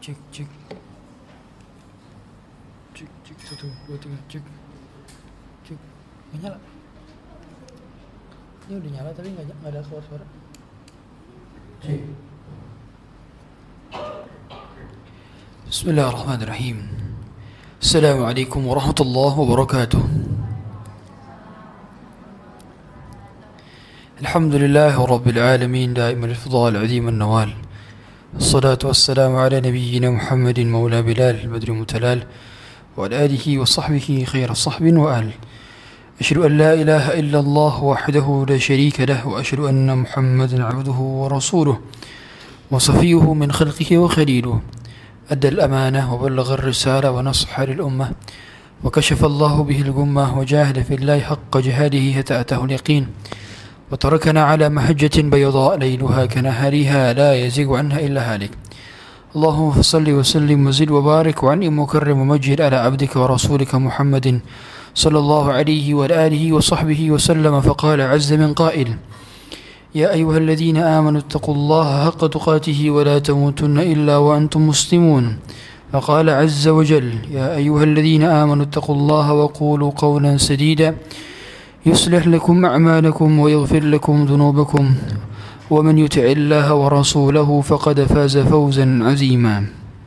Cek, cek. Cek, cek. 1, 2, 3, cek. Cek. Nggak nyala. Ini udah nyala tapi nggak ada keluar suara. Cek. Bismillahirrahmanirrahim. Assalamualaikum warahmatullahi wabarakatuh. Alhamdulillahi rabbil alamin, daimul fadl, azim an-nawal. الصلاة والسلام على نبينا محمد مولى بلال البدر المتلال وعلى آله وصحبه خير الصحب وآل. أشهد أن لا إله إلا الله وحده لا شريك له وأشهد أن محمدا عبده ورسوله وصفيه من خلقه وخليله. أدى الأمانة وبلغ الرسالة ونصح للأمة وكشف الله به الغمة وجاهد في الله حق جهاده حتى أتاه اليقين وتركنا على محجة بيضاء ليلها كنهارها لا يزيغ عنها إلا هالك. اللهم صل وسلم وزد وبارك وعنئم وكرم ومجد على عبدك ورسولك محمد صلى الله عليه وآله وصحبه وسلم. فقال عز من قائل: يا أيها الذين آمنوا اتقوا الله حق تقاته ولا تموتن إلا وأنتم مسلمون. فقال عز وجل: يا أيها الذين آمنوا اتقوا الله وقولوا قولا سديدا يصلح لكم أعمالكم ويغفر لكم ذنوبكم ومن يطع الله ورسوله فقد فاز فوزا عظيما.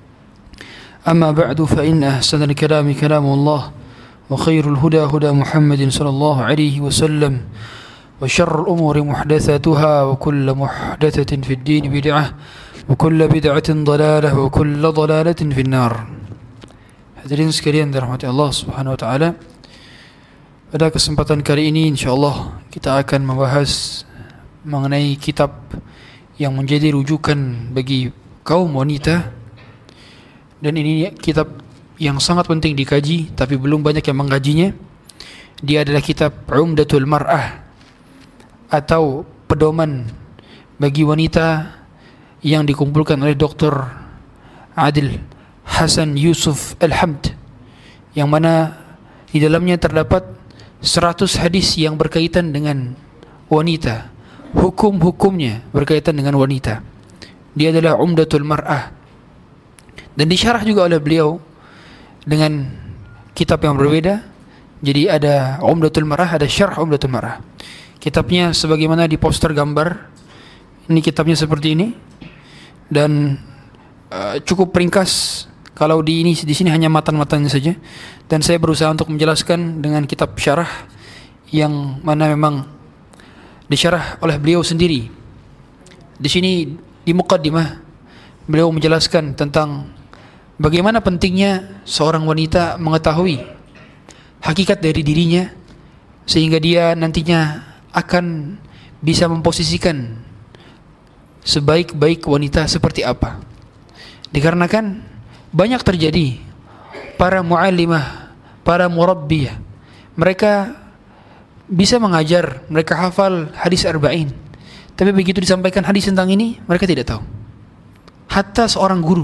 أما بعد فإن أحسن الكلام كلام الله وخير الهدى هدى محمد صلى الله عليه وسلم وشر الأمور محدثاتها وكل محدثة في الدين بدعة وكل بدعة ضلالة وكل ضلالة في النار. Hadirin sekalian dirahmati Allah Subhanahu wa taala. Pada kesempatan kali ini insyaallah kita akan membahas mengenai kitab yang menjadi rujukan bagi kaum wanita, dan ini kitab yang sangat penting dikaji tapi belum banyak yang mengkajinya. Dia adalah kitab Umdatul Mar'ah atau pedoman bagi wanita yang dikumpulkan oleh Dr. Adil Hasan Yusuf Al-Hamd, yang mana di dalamnya terdapat 100 hadis yang berkaitan dengan wanita, hukum-hukumnya berkaitan dengan wanita. Dia adalah Umdatul Mar'ah, dan disyarah juga oleh beliau dengan kitab yang berbeda. Jadi ada Umdatul Mar'ah, ada Syarh Umdatul Mar'ah. Kitabnya sebagaimana di poster gambar. Ini kitabnya seperti ini, dan cukup ringkas. Kalau di sini hanya matan-matannya saja, dan saya berusaha untuk menjelaskan dengan kitab syarah yang mana memang disyarah oleh beliau sendiri. Di sini di muqaddimah beliau menjelaskan tentang bagaimana pentingnya seorang wanita mengetahui hakikat dari dirinya sehingga dia nantinya akan bisa memposisikan sebaik-baik wanita seperti apa. Dikarenakan banyak terjadi para muallimah, para murabbiyah, mereka bisa mengajar, mereka hafal hadis arba'in, tapi begitu disampaikan hadis tentang ini mereka tidak tahu. Hatta seorang guru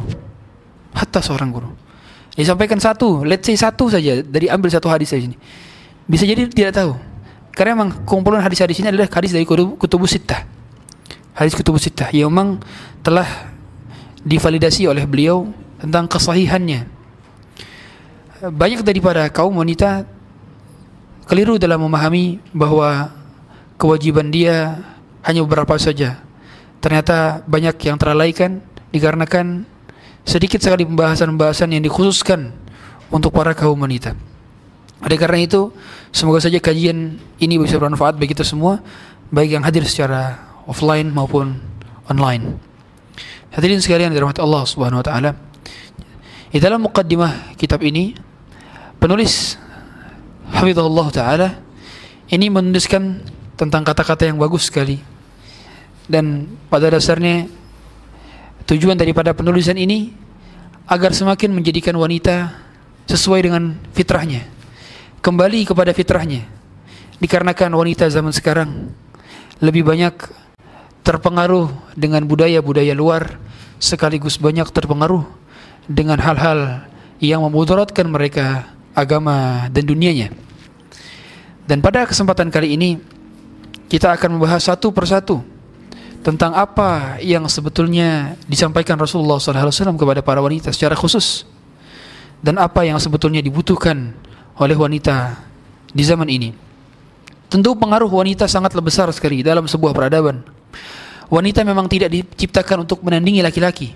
disampaikan satu, let's say satu saja, dari ambil satu hadis dari sini, bisa jadi tidak tahu. Karena memang kumpulan hadis-hadis ini adalah hadis dari kutubus sittah, hadis kutubus sittah yang memang telah divalidasi oleh beliau tentang kesahihannya. Banyak daripada kaum wanita keliru dalam memahami bahwa kewajiban dia hanya beberapa saja. Ternyata banyak yang terlalaikan dikarenakan sedikit sekali pembahasan-pembahasan yang dikhususkan untuk para kaum wanita. Oleh karena itu, semoga saja kajian ini bisa bermanfaat bagi kita semua, baik yang hadir secara offline maupun online. Hadirin sekalian dirahmati Allah Subhanahu wa taala. Di dalam muqaddimah kitab ini, penulis hafizahullah taala ini menuliskan tentang kata-kata yang bagus sekali, dan pada dasarnya tujuan daripada penulisan ini agar semakin menjadikan wanita sesuai dengan fitrahnya, kembali kepada fitrahnya. Dikarenakan wanita zaman sekarang lebih banyak terpengaruh dengan budaya-budaya luar, sekaligus banyak terpengaruh dengan hal-hal yang memudaratkan mereka agama dan dunianya. Dan pada kesempatan kali ini kita akan membahas satu persatu tentang apa yang sebetulnya disampaikan Rasulullah SAW kepada para wanita secara khusus, dan apa yang sebetulnya dibutuhkan oleh wanita di zaman ini. Tentu pengaruh wanita sangatlah besar sekali dalam sebuah peradaban. Wanita memang tidak diciptakan untuk menandingi laki-laki.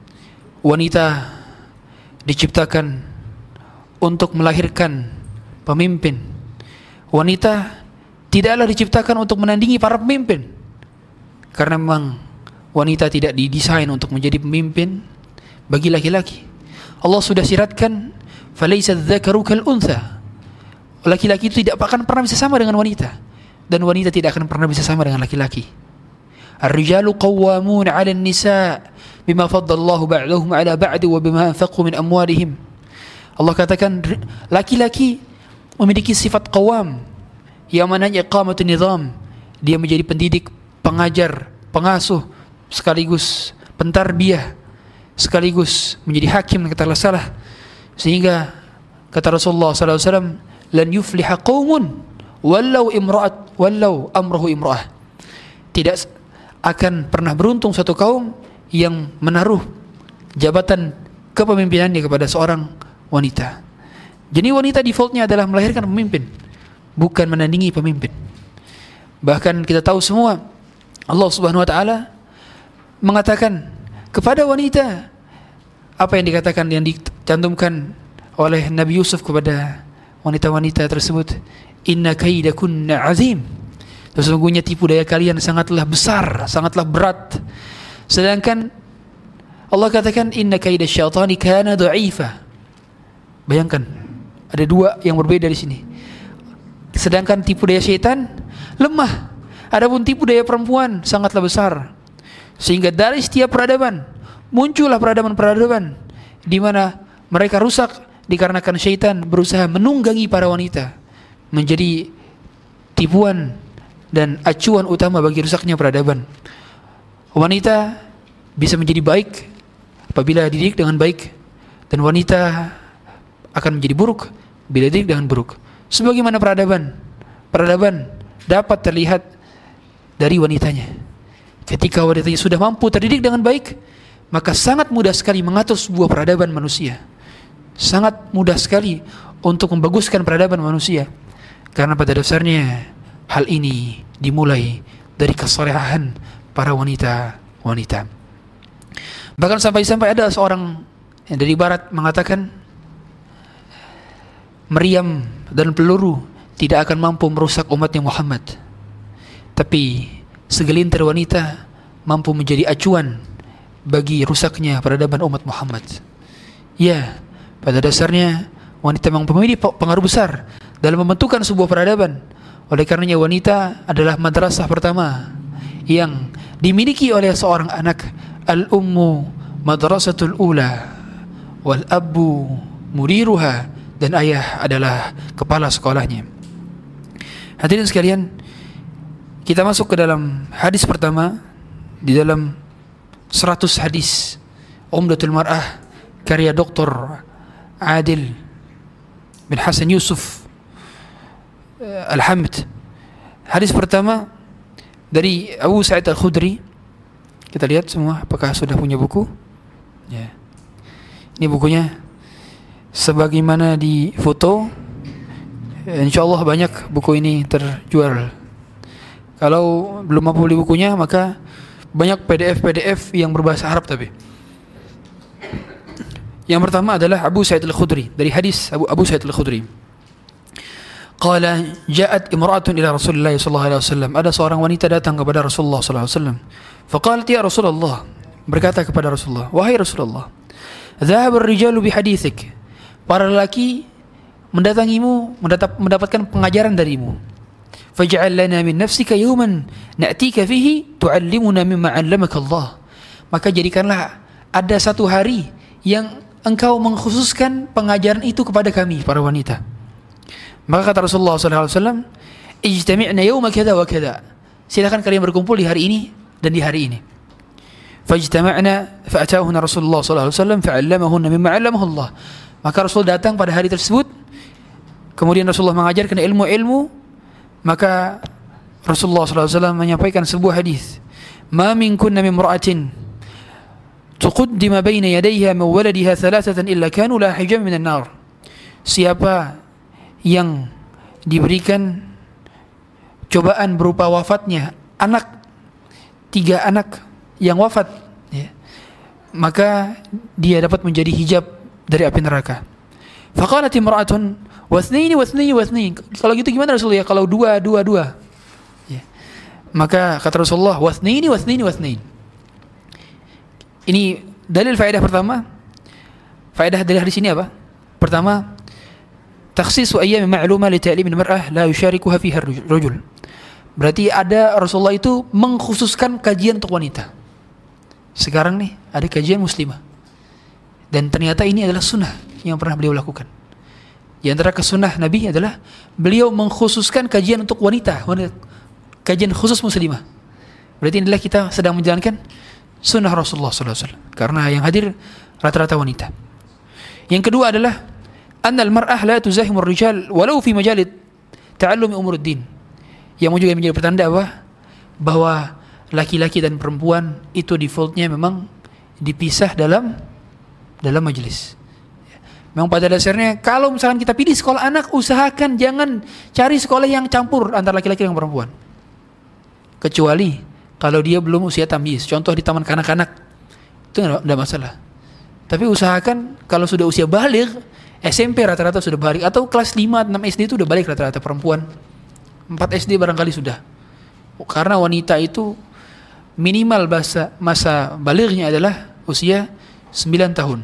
Wanita diciptakan untuk melahirkan pemimpin. Wanita tidaklah diciptakan untuk menandingi para pemimpin, karena memang wanita tidak didesain untuk menjadi pemimpin bagi laki-laki. Allah sudah siratkan, "Falaysa adz-dzakaru kal-untha." Laki-laki itu tidak akan pernah bisa sama dengan wanita, dan wanita tidak akan pernah bisa sama dengan laki-laki. Ar-rijalu qawwamuna 'ala an-nisa' bima faddala Allahu ba'dahum 'ala ba'd wa bima anfaqu min amwalihim. Allah katakan laki-laki memiliki sifat qawam, yang mananya iqamatun nizam. Dia menjadi pendidik, pengajar, pengasuh, sekaligus pentarbiyah, sekaligus menjadi hakim kata Allah salah. Sehingga kata Rasulullah SAW, lan yufliha qaumun walau amruhu imra'ah. Tidak akan pernah beruntung satu kaum yang menaruh jabatan kepemimpinannya kepada seorang wanita. Jadi wanita defaultnya adalah melahirkan pemimpin, bukan menandingi pemimpin. Bahkan kita tahu semua, Allah Subhanahu wa taala mengatakan kepada wanita apa yang dikatakan, yang dicantumkan oleh Nabi Yusuf kepada wanita-wanita tersebut, inna kaidakunna azim. Sesungguhnya tipu daya kalian sangatlah besar, sangatlah berat. Sedangkan Allah katakan inna kaidasyaitani kana dha'ifa. Bayangkan, ada dua yang berbeda di sini. Sedangkan tipu daya syaitan lemah, adapun tipu daya perempuan sangatlah besar. Sehingga dari setiap peradaban muncullah peradaban-peradaban di mana mereka rusak dikarenakan syaitan berusaha menunggangi para wanita menjadi tipuan dan acuan utama bagi rusaknya peradaban. Wanita bisa menjadi baik apabila dididik dengan baik, dan wanita akan menjadi buruk bila dididik dengan buruk. Sebagaimana peradaban dapat terlihat dari wanitanya. Ketika wanitanya sudah mampu terdidik dengan baik, maka sangat mudah sekali mengatur sebuah peradaban manusia. Sangat mudah sekali untuk membaguskan peradaban manusia, karena pada dasarnya hal ini dimulai dari kesalehan para wanita-wanita. Bahkan sampai-sampai ada seorang yang dari barat mengatakan, meriam dan peluru tidak akan mampu merusak umatnya Muhammad, tapi segelintir wanita mampu menjadi acuan bagi rusaknya peradaban umat Muhammad. Ya, pada dasarnya wanita memang memiliki pengaruh besar dalam membentukkan sebuah peradaban. Oleh karenanya wanita adalah madrasah pertama yang dimiliki oleh seorang anak. Al-ummu madrasatul ula wal abu mudiruha, dan ayah adalah kepala sekolahnya. Hadirin sekalian, kita masuk ke dalam hadis pertama di dalam 100 hadis Umdatul Mar'ah karya Dr. Adil bin Hasan Yusuf Al-Hamd. Hadis pertama dari Abu Sa'id Al-Khudri. Kita lihat semua apakah sudah punya buku. Ya. Ini bukunya sebagaimana di foto. InsyaAllah banyak buku ini terjual. Kalau belum mampu beli bukunya, maka banyak PDF yang berbahasa Arab. Tapi yang pertama adalah Abu Sa'id Al-Khudri, dari hadis Abu Sa'id Al-Khudri. Qala ja'at imra'atun ila Rasulillah sallallahu alaihi wasallam. Ada seorang wanita datang kepada Rasulullah sallallahu alaihi wasallam. Faqalat ya Rasulullah, berkata kepada Rasulullah, wahai Rasulullah, dhahaba ar-rijalu bihaditsik. Para lelaki mendatangimu, mendapatkan pengajaran darimu. Faj'al lana min nafsika yawman na'tika fihi tu'allimuna mimma 'allamaka Allah. Maka jadikanlah ada satu hari yang engkau mengkhususkan pengajaran itu kepada kami para wanita. Maka kata Rasulullah SAW, ijtami'na yawma kada wa kada. Silakan kalian berkumpul di hari ini dan di hari ini. Fajtama'na fa'atahuna Rasulullah SAW fa'allamahunna mimma 'allamahu Allah. Maka Rasul datang pada hari tersebut, kemudian Rasulullah mengajarkan ilmu-ilmu. Maka Rasulullah SAW menyampaikan sebuah hadis. ma minkunna min imra'atin tuqaddima baina yadayha min waladiha thalathatan illa kanu la hijab minan nar. Siapa yang diberikan cobaan berupa wafatnya tiga anak yang wafat, ya, maka dia dapat menjadi hijab dari api neraka. Faqalat imra'atun wasnaini. Kalau gitu gimana Rasulullah? Kalau dua. Ya. Maka kata Rasulullah wasnaini. Ini dalil faedah pertama. Faedah dari hadis ini apa? Pertama, takhsisu ayyam ma'lumah li ta'lim al-mar'ah la yusharikuha fiha ar-rajul. Berarti ada Rasulullah itu mengkhususkan kajian untuk wanita. Sekarang nih ada kajian muslimah. Dan ternyata ini adalah sunnah yang pernah beliau lakukan. Di antara kesunnah Nabi adalah beliau mengkhususkan kajian untuk wanita, kajian khusus muslimah. Berarti inilah kita sedang menjalankan sunnah Rasulullah SAW. Karena yang hadir rata-rata wanita. Yang kedua adalah annal mar'ah la tuzahimur rijal walau fi majalit ta'allumi umuruddin. Yang juga menjadi pertanda bahwa laki-laki dan perempuan itu defaultnya memang dipisah dalam majelis. Memang pada dasarnya kalau misalkan kita pilih sekolah anak, usahakan jangan cari sekolah yang campur antara laki-laki dan perempuan. Kecuali kalau dia belum usia tamyiz. Contoh di taman kanak-kanak itu enggak masalah. Tapi usahakan kalau sudah usia baligh, SMP rata-rata sudah balik, atau kelas 5, 6 SD itu udah balik rata-rata perempuan. 4 SD barangkali sudah. Karena wanita itu minimal masa balighnya adalah usia 9 tahun.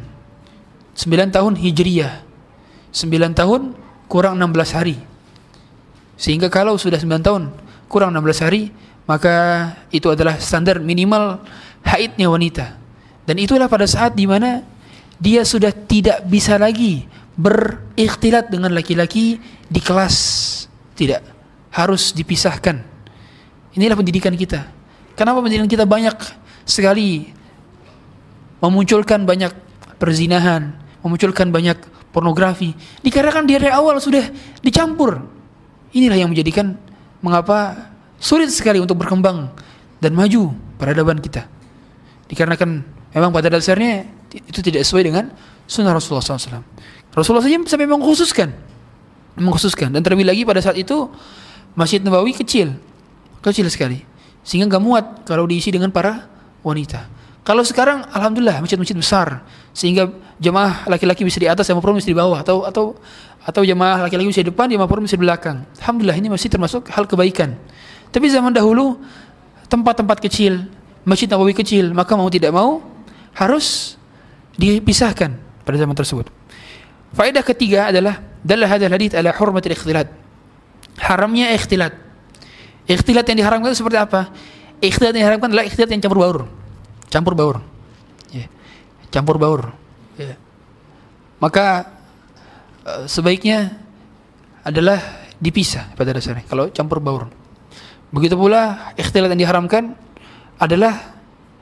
9 tahun hijriyah. 9 tahun kurang 16 hari. Sehingga kalau sudah 9 tahun kurang 16 hari, maka itu adalah standar minimal haidnya wanita. Dan itulah pada saat di mana dia sudah tidak bisa lagi berikhtilat dengan laki-laki di kelas. Tidak. Harus dipisahkan. Inilah pendidikan kita. Kenapa pendidikan kita banyak sekali memunculkan banyak perzinahan, memunculkan banyak pornografi? Dikarenakan dari awal sudah dicampur. Inilah yang menjadikan mengapa sulit sekali untuk berkembang dan maju peradaban kita. Dikarenakan memang pada dasarnya itu tidak sesuai dengan sunnah Rasulullah SAW. Rasulullah saja sampai mengkhususkan, dan terlebih lagi pada saat itu Masjid Nabawi kecil sekali, sehingga nggak muat kalau diisi dengan para wanita. Kalau sekarang alhamdulillah masjid-masjid besar, sehingga jemaah laki-laki bisa di atas, jemaah perempuan bisa di bawah, atau jemaah laki-laki bisa di depan, jemaah perempuan bisa di belakang. Alhamdulillah, ini masih termasuk hal kebaikan. Tapi zaman dahulu tempat-tempat kecil, Masjid Nabawi kecil, maka mau tidak mau harus dipisahkan pada zaman tersebut. Faedah ketiga adalah dalil hadzal hadits ala hurmatil ikhtilat. Haramnya ikhtilat. Ikhtilat yang diharamkan itu seperti apa? Ikhtilat yang diharamkan adalah ikhtilat yang campur baur. Ya. Campur baur. Ya. Maka sebaiknya adalah dipisah pada dasarnya kalau campur baur. Begitu pula ikhtilat yang diharamkan adalah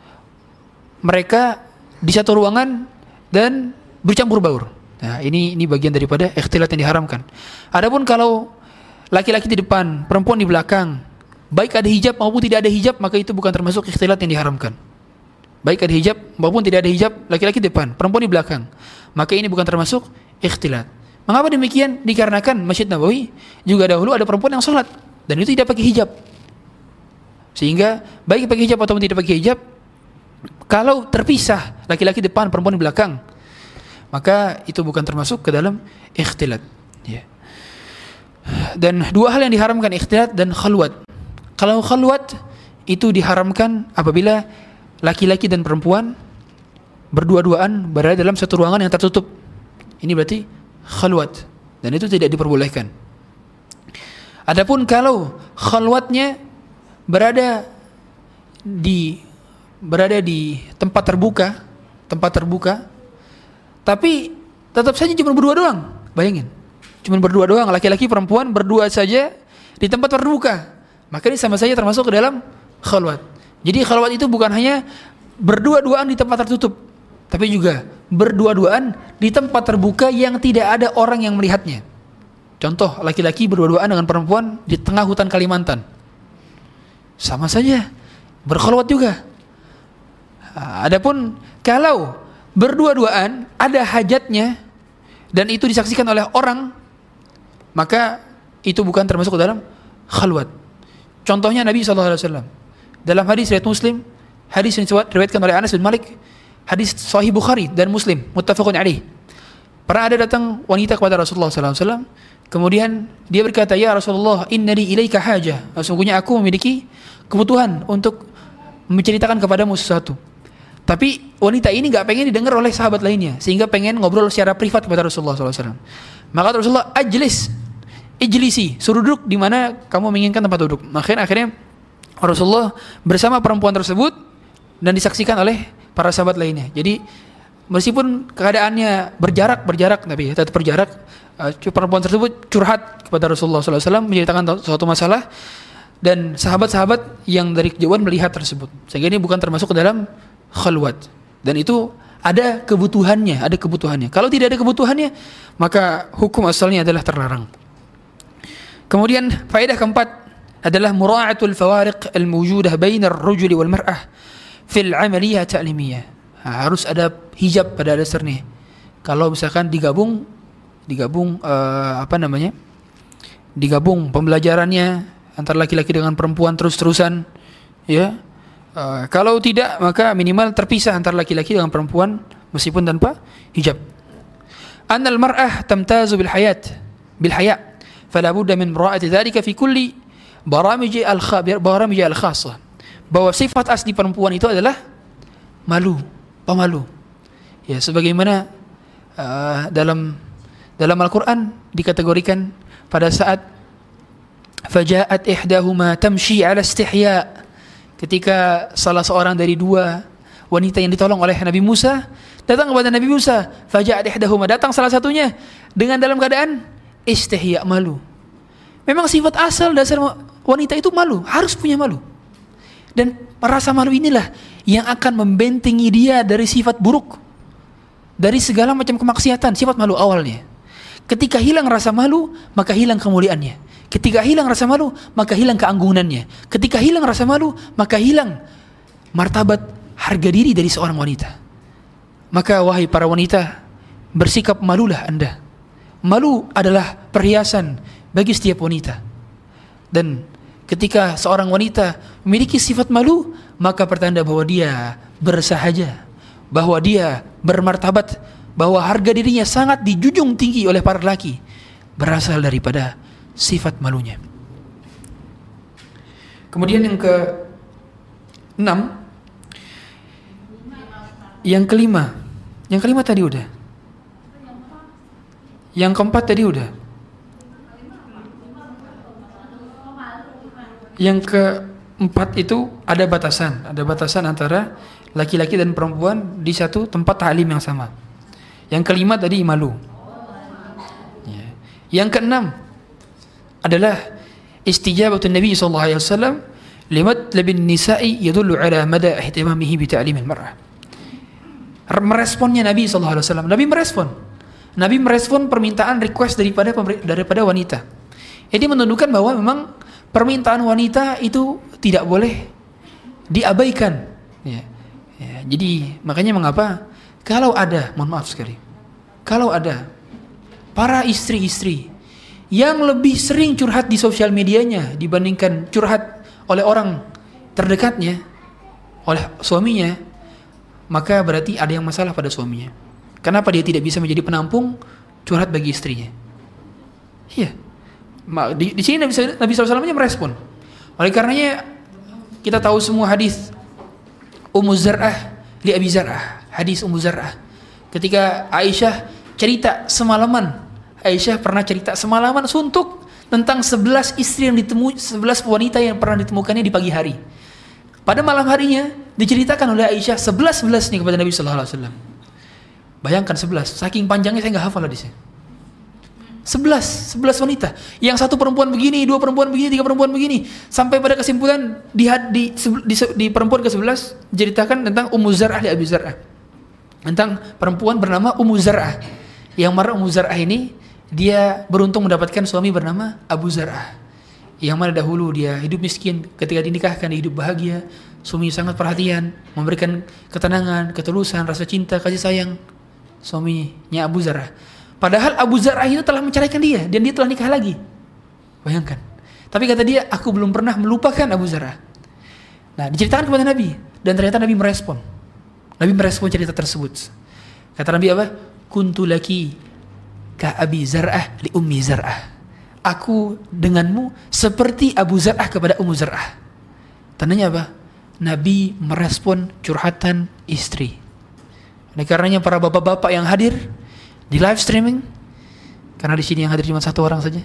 mereka di satu ruangan dan bercampur baur. Nah, ini bagian daripada ikhtilat yang diharamkan. Adapun kalau laki-laki di depan, perempuan di belakang, baik ada hijab maupun tidak ada hijab, maka itu bukan termasuk ikhtilat yang diharamkan. Baik ada hijab maupun tidak ada hijab, laki-laki di depan, perempuan di belakang, maka ini bukan termasuk ikhtilat. Mengapa demikian? Dikarenakan Masjid Nabawi juga dahulu ada perempuan yang sholat, dan itu tidak pakai hijab. Sehingga baik pakai hijab ataupun tidak pakai hijab, kalau terpisah laki-laki depan, perempuan di belakang, maka itu bukan termasuk ke dalam ikhtilat. Ya. Dan dua hal yang diharamkan, ikhtilat dan khalwat. Kalau khalwat itu diharamkan apabila laki-laki dan perempuan berdua-duaan berada dalam satu ruangan yang tertutup. Ini berarti khalwat, dan itu tidak diperbolehkan. Adapun kalau khalwatnya berada di tempat terbuka, tapi tetap saja cuma berdua doang. Bayangin, cuma berdua doang, laki-laki perempuan berdua saja di tempat terbuka, maka ini sama saja termasuk ke dalam khalwat. Jadi khalwat itu bukan hanya berdua-duaan di tempat tertutup, tapi juga berdua-duaan di tempat terbuka yang tidak ada orang yang melihatnya. Contoh, laki-laki berdua-duaan dengan perempuan di tengah hutan Kalimantan. Sama saja, berkhalwat juga. Adapun kalau berdua-duaan ada hajatnya dan itu disaksikan oleh orang, maka itu bukan termasuk dalam khalwat. Contohnya Nabi SAW dalam hadis riwayat Muslim, hadis yang diriwayatkan oleh Anas bin Malik, hadis Sahih Bukhari dan Muslim, muttafaqun alaih. Pernah ada datang wanita kepada Rasulullah SAW, kemudian dia berkata, ya Rasulullah, innali ilaika hajah, sesungguhnya aku memiliki kebutuhan untuk menceritakan kepadamu sesuatu. Tapi wanita ini gak pengen didengar oleh sahabat lainnya, sehingga pengen ngobrol secara privat kepada Rasulullah SAW. Maka Rasulullah, ijlisi, suruh duduk di mana kamu menginginkan tempat duduk. Akhirnya Rasulullah bersama perempuan tersebut dan disaksikan oleh para sahabat lainnya. Jadi meskipun keadaannya berjarak, tapi tetap berjarak, perempuan tersebut curhat kepada Rasulullah SAW, menceritakan suatu masalah, dan sahabat-sahabat yang dari kejauhan melihat tersebut. Sehingga ini bukan termasuk ke dalam khalwat, dan itu ada kebutuhannya. Kalau tidak ada kebutuhannya, maka hukum asalnya adalah terlarang. Kemudian faedah keempat adalah mura'atul fawariq al-mawjudah baina ar-rajuli wal mar'ah fil 'amaliyah ta'limiyah. Harus ada hijab pada dasarnya. Kalau misalkan digabung digabung pembelajarannya antara laki-laki dengan perempuan terus-terusan, ya. Kalau tidak, maka minimal terpisah antara laki-laki dengan perempuan meskipun tanpa hijab. Annal mar'ah tamtazu bil haya, fala budda min mura'ati dzalika fi kulli baramij al-khassah. Bahwa sifat asli perempuan itu adalah pemalu. Ya, sebagaimana dalam Al-Qur'an dikategorikan pada saat faja'at ihdahuma tamshi 'ala istihya'. Ketika salah seorang dari dua wanita yang ditolong oleh Nabi Musa datang kepada Nabi Musa, faja'at ihdahuma, datang salah satunya dengan dalam keadaan istihya, malu. Memang sifat asal dasar wanita itu malu, harus punya malu. Dan rasa malu inilah yang akan membentengi dia dari sifat buruk, dari segala macam kemaksiatan. Sifat malu awalnya. Ketika hilang rasa malu, maka hilang kemuliaannya. Ketika hilang rasa malu, maka hilang keanggunannya. Ketika hilang rasa malu, maka hilang martabat harga diri dari seorang wanita. Maka wahai para wanita, bersikap malulah Anda. Malu adalah perhiasan bagi setiap wanita. Dan ketika seorang wanita memiliki sifat malu, maka pertanda bahwa dia bersahaja, bahwa dia bermartabat, bahwa harga dirinya sangat dijunjung tinggi oleh para lelaki, berasal daripada sifat malunya. Kemudian yang ke-6, yang kelima tadi udah. Yang keempat tadi udah. Yang keempat itu ada batasan antara laki-laki dan perempuan di satu tempat ta'lim yang sama. Yang kelima tadi malu. Yang keenam adalah istijabatun Nabi sallallahu alaihi wasallam limatlabin nisa'i yadullu ala mada ihtimamihi bi ta'limil mar'ah. Meresponnya Nabi sallallahu alaihi wasallam. Nabi merespon permintaan request daripada wanita. Ini menunjukkan bahwa memang permintaan wanita itu tidak boleh diabaikan. Jadi makanya mengapa kalau ada para istri-istri yang lebih sering curhat di sosial medianya dibandingkan curhat oleh orang terdekatnya, oleh suaminya, maka berarti ada yang masalah pada suaminya. Kenapa dia tidak bisa menjadi penampung curhat bagi istrinya? Iya. Di sini Nabi SAW merespon. Oleh karenanya kita tahu semua hadis Ummu Zar'ah li Abi Zar'ah, hadis Ummu Zar'ah. Ketika Aisyah cerita semalaman, Aisyah pernah cerita semalaman suntuk tentang 11 istri yang 11 wanita yang pernah ditemukannya di pagi hari. Pada malam harinya diceritakan oleh Aisyah 11 nih kepada Nabi sallallahu alaihi wasallam. Bayangkan 11, saking panjangnya saya enggak hafal hadisnya. 11 wanita. Yang satu perempuan begini, dua perempuan begini, tiga perempuan begini, sampai pada kesimpulan di perempuan ke-11 diceritakan tentang Ummu Zar'ah li Abi Zar'ah. Tentang perempuan bernama Ummu Zar'ah. Yang mana Ummu Zar'ah ini dia beruntung mendapatkan suami bernama Abu Zar'ah, yang mana dahulu dia hidup miskin, ketika dinikahkan dia hidup bahagia, Suami sangat perhatian, memberikan ketenangan, ketulusan, rasa cinta, kasih sayang suaminya Abu Zar'ah. Padahal Abu Zar'ah itu telah menceraikan dia dan dia telah nikah lagi. Bayangkan. Tapi kata dia, aku belum pernah melupakan Abu Zar'ah. Nah, diceritakan kepada Nabi dan ternyata Nabi merespon. Nabi merespon cerita tersebut. Kata Nabi apa? Kuntu laki ka Abi Zar'ah li Ummi Zar'ah. Aku denganmu seperti Abu Zar'ah kepada Ummu Zar'ah. Tandanya apa? Nabi merespon curhatan istri. Oleh karenanya para bapak-bapak yang hadir di live streaming, karena di sini yang hadir cuma satu orang saja,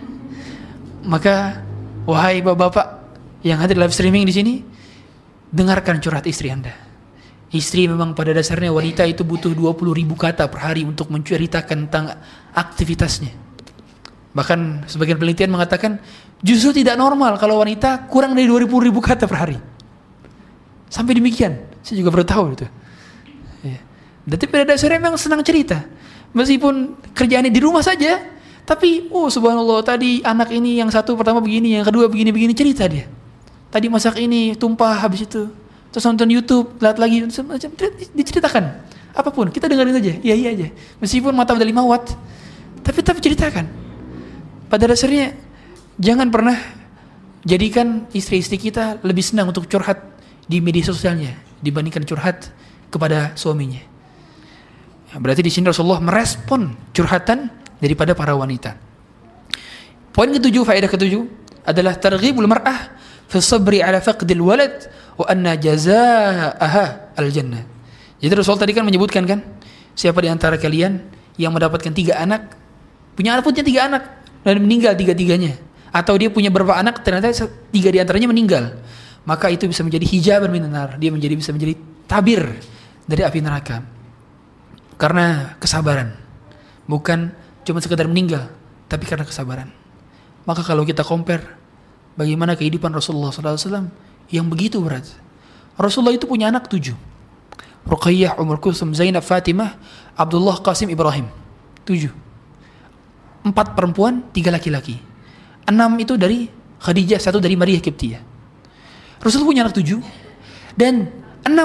maka wahai bapak-bapak yang hadir live streaming di sini, dengarkan curhat istri Anda. Istri memang pada dasarnya wanita itu butuh 20.000 kata per hari untuk menceritakan tentang aktivitasnya. Bahkan sebagian penelitian mengatakan justru tidak normal kalau wanita kurang dari 20.000 kata per hari. Sampai demikian, saya juga baru tahu itu. Ya. Tapi pada dasarnya memang senang cerita. Meskipun kerjaannya di rumah saja, tapi subhanallah, tadi anak ini yang satu pertama begini, yang kedua begini cerita dia. Tadi masak ini tumpah, habis itu terus nonton YouTube, lihat lagi, diceritakan. Apapun, kita dengerin aja, iya aja. Meskipun mata udah 5 watt, tapi ceritakan. Pada dasarnya jangan pernah jadikan istri-istri kita lebih senang untuk curhat di media sosialnya dibandingkan curhat kepada suaminya. Berarti di sini Rasulullah merespon curhatan daripada para wanita. Poin ketujuh, faedah ketujuh adalah targhibul mar'ah fi sabri ala faqdil walad wa anna jazaaha al-jannah. Jadi Rasul tadi kan menyebutkan kan, siapa di antara kalian yang mendapatkan 3 anak, punya anak 3 anak dan meninggal 3-tiganya, atau dia punya berapa anak ternyata 3 di antaranya meninggal, maka itu bisa menjadi hijaban minan nar, dia bisa menjadi tabir dari api neraka. Karena kesabaran, bukan cuma sekedar meninggal, tapi karena kesabaran. Maka kalau kita compare bagaimana kehidupan Rasulullah SAW yang begitu berat. Rasulullah itu punya anak 7. Ruqayyah, Ummul Kulsum, Zainab, Fatimah, Abdullah, Qasim, Ibrahim. 7. 4 perempuan, 3 laki-laki. 6 itu dari Khadijah, 1 dari Maria Qibtiyah. Rasulullah punya anak 7 dan 6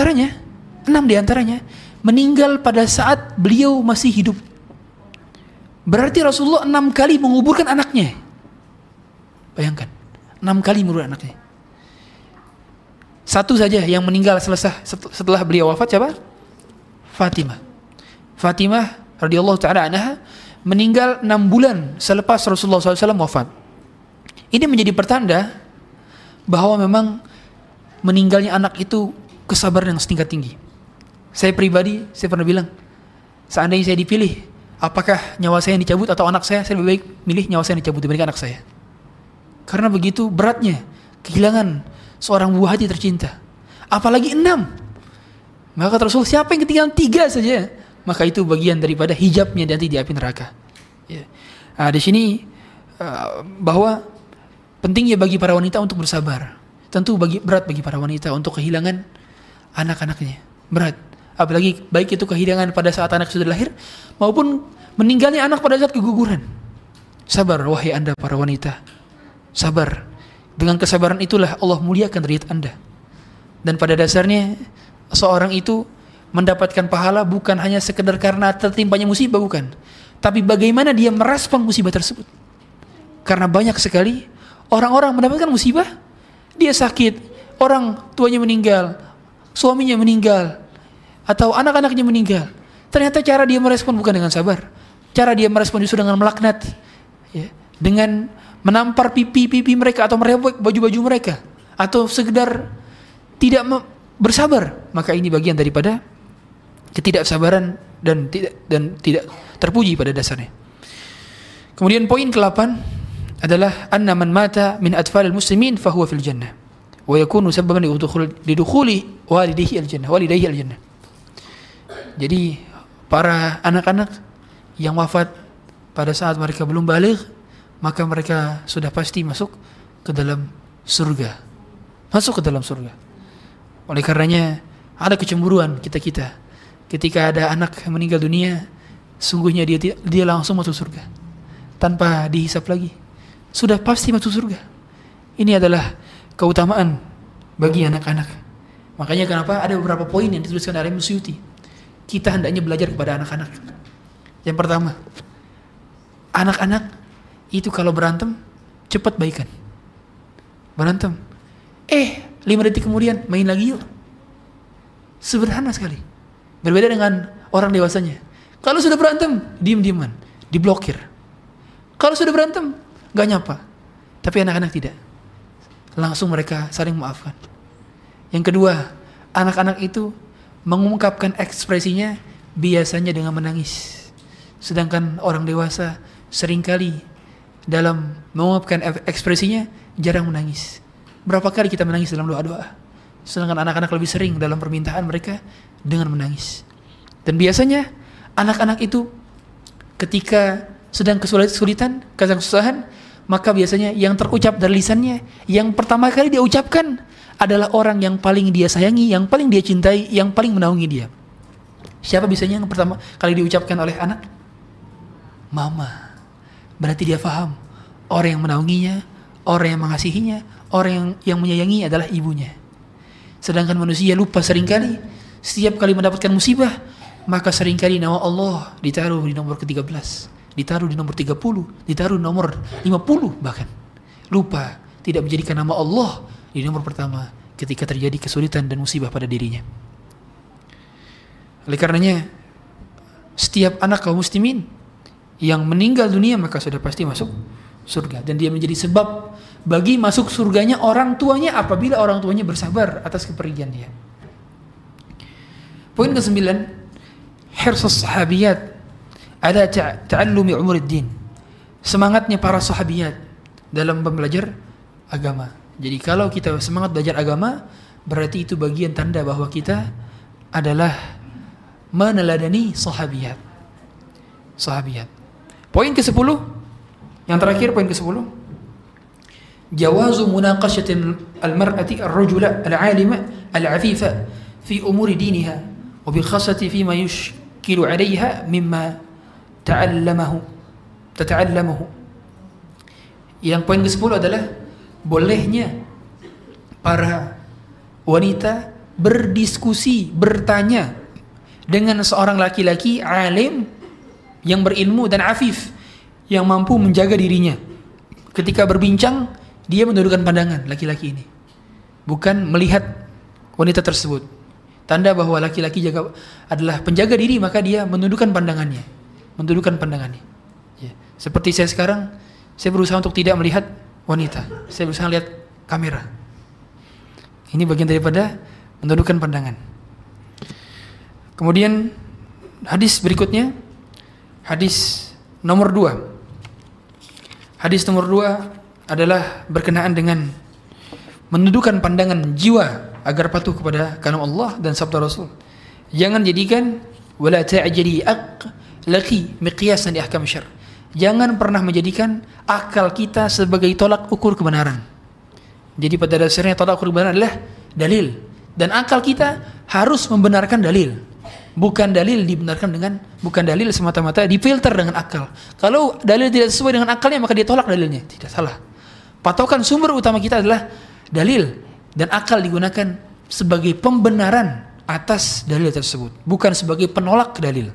diantaranya meninggal pada saat beliau masih hidup. Berarti Rasulullah 6 kali menguburkan anaknya. Bayangkan, 6 kali menguburkan anaknya. 1 saja yang meninggal selesai setelah beliau wafat, siapa? Fatimah radhiyallahu ta'ala anha meninggal 6 bulan selepas Rasulullah SAW wafat. Ini menjadi pertanda bahwa memang meninggalnya anak itu kesabaran yang setingkat tinggi. Saya pribadi, saya pernah bilang, seandainya saya dipilih, apakah nyawa saya yang dicabut atau anak saya lebih baik milih nyawa saya yang dicabut dibandingkan anak saya. Karena begitu beratnya kehilangan seorang buah hati tercinta. Apalagi 6. Maka kata Rasul, siapa yang ketinggalan 3 saja, maka itu bagian daripada hijabnya nanti di api neraka. Ya. Nah, di sini bahwa pentingnya bagi para wanita untuk bersabar. Tentu berat bagi para wanita untuk kehilangan anak-anaknya. Berat. Apalagi baik itu kehilangan pada saat anak sudah lahir maupun meninggalnya anak pada saat keguguran. Sabar wahai Anda para wanita. Sabar. Dengan kesabaran itulah Allah muliakan derajat Anda. Dan pada dasarnya seorang itu mendapatkan pahala bukan hanya sekedar karena tertimpanya musibah, bukan. Tapi bagaimana dia merespon musibah tersebut. Karena banyak sekali orang-orang mendapatkan musibah, dia sakit, orang tuanya meninggal, suaminya meninggal, atau anak-anaknya meninggal. Ternyata cara dia merespon bukan dengan sabar. Cara dia merespon justru dengan melaknat, ya, dengan menampar pipi mereka atau merobek baju-baju mereka, atau sekedar tidak bersabar. Maka ini bagian daripada ketidaksabaran dan tidak terpuji pada dasarnya. Kemudian poin ke-8 adalah anna man mata min atfalil muslimin fahuwa fil jannah wa yakunu sababan lidukhuli walidayhi al-jannah. Jadi para anak-anak yang wafat pada saat mereka belum baligh, maka mereka sudah pasti masuk ke dalam surga. Oleh karenanya ada kecemburuan kita ketika ada anak yang meninggal dunia, sungguhnya dia langsung masuk surga tanpa dihisap lagi. Sudah pasti masuk surga. Ini adalah keutamaan bagi anak-anak. Makanya kenapa ada beberapa poin yang dituliskan oleh Imam Suyuti. Kita hendaknya belajar kepada anak-anak. Yang pertama, anak-anak itu kalau berantem cepat baikan. Berantem, 5 detik kemudian main lagi yuk. Sederhana sekali. Berbeda dengan orang dewasanya. Kalau sudah berantem, diem-dieman, diblokir. Kalau sudah berantem, gak nyapa. Tapi anak-anak tidak. Langsung mereka saling memaafkan. Yang kedua, anak-anak itu mengungkapkan ekspresinya biasanya dengan menangis. Sedangkan orang dewasa seringkali dalam mengungkapkan ekspresinya jarang menangis. Berapa kali kita menangis dalam doa-doa? Sedangkan anak-anak lebih sering dalam permintaan mereka dengan menangis. Dan biasanya anak-anak itu ketika sedang kesulitan, kesusahan, maka biasanya yang terucap dari lisannya, yang pertama kali dia ucapkan adalah orang yang paling dia sayangi, yang paling dia cintai, yang paling menaungi dia. Siapa biasanya yang pertama kali diucapkan oleh anak? Mama. Berarti dia faham orang yang menaunginya, orang yang mengasihinya, orang yang menyayangi adalah ibunya. Sedangkan manusia lupa seringkali, setiap kali mendapatkan musibah, maka seringkali nama Allah ditaruh di nomor ke-13, ditaruh di nomor 30, ditaruh di nomor 50 bahkan. Lupa tidak menjadikan nama Allah di nomor pertama ketika terjadi kesulitan dan musibah pada dirinya. Oleh karenanya, setiap anak kaum muslimin yang meninggal dunia maka sudah pasti masuk surga, dan dia menjadi sebab bagi masuk surganya orang tuanya apabila orang tuanya bersabar atas kepergian dia. Poin ke-9, hirsus sahabiyat ada ta'allumi umuriddin. Semangatnya para sahabiyat dalam belajar agama. Jadi kalau kita semangat belajar agama, berarti itu bagian tanda bahwa kita adalah meneladani sahabiyat. Poin ke-10, yang terakhir, poin ke-10, jawazu munaqashatin al-mar'ati ar-rajula al-'alima al-'afifa fi umuri diniha wa bi khassati fi ma yushkilu 'alayha mimma tata'allamahu. Yang poin ke-10 adalah bolehnya para wanita berdiskusi, bertanya dengan seorang laki-laki alim yang berilmu dan afif, yang mampu menjaga dirinya. Ketika berbincang, dia menundukkan pandangan laki-laki ini, bukan melihat wanita tersebut. Tanda bahwa laki-laki adalah penjaga diri, maka dia menundukkan pandangannya. Ya. Seperti saya sekarang, saya berusaha untuk tidak melihat wanita. Saya berusaha lihat kamera. Ini bagian daripada menundukkan pandangan. Kemudian hadis berikutnya, hadis nomor 2. Hadis nomor 2 adalah berkenaan dengan menundukkan pandangan jiwa agar patuh kepada kalam Allah dan sabda Rasul. Jangan jadikan wala ta'jali aqlaki miqyasan li ahkam syar'i. Jangan pernah menjadikan akal kita sebagai tolak ukur kebenaran. Jadi pada dasarnya tolak ukur kebenaran adalah dalil, dan akal kita harus membenarkan dalil. Bukan dalil semata-mata difilter dengan akal. Kalau dalil tidak sesuai dengan akalnya, maka dia tolak dalilnya. Tidak salah. Patokan sumber utama kita adalah dalil, dan akal digunakan sebagai pembenaran atas dalil tersebut, bukan sebagai penolak dalil.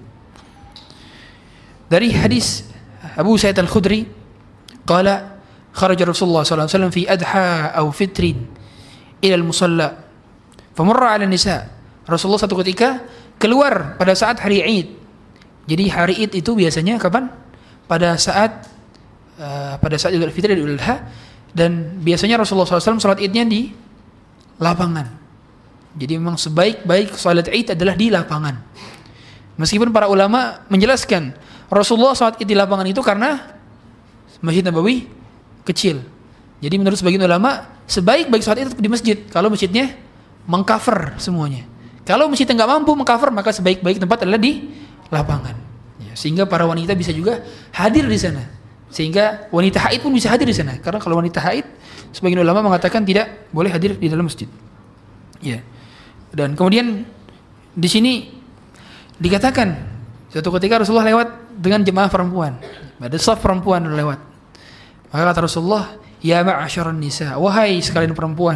Dari hadis Abu Sa'id Al-Khudri, qala kharaja Rasulullah sallallahu alaihi wasallam fi adha aw fitrin ila al-musalla famarra 'ala an-nisa. Rasulullah satu ketika keluar pada saat hari Id. Jadi hari Id itu biasanya kapan? Pada saat Idul Fitri dan Idul Adha, dan biasanya Rasulullah SAW salat Idnya di lapangan. Jadi memang sebaik-baik salat Id adalah di lapangan. Meskipun para ulama menjelaskan Rasulullah salat Id di lapangan itu karena Masjid Nabawi kecil. Jadi menurut sebagian ulama sebaik-baik salat Id di masjid kalau masjidnya mengcover semuanya. Kalau masjidnya nggak mampu mengcover, maka sebaik-baik tempat adalah di lapangan. Ya, sehingga para wanita bisa juga hadir di sana. Sehingga wanita haid pun bisa hadir di sana. Karena kalau wanita haid, sebagian ulama mengatakan tidak boleh hadir di dalam masjid. Ya. Dan kemudian di sini dikatakan suatu ketika Rasulullah lewat dengan jemaah perempuan. Ada saf perempuan lewat. Maka kata Rasulullah, "Ya ma'asyaran nisa, wahai sekalian perempuan,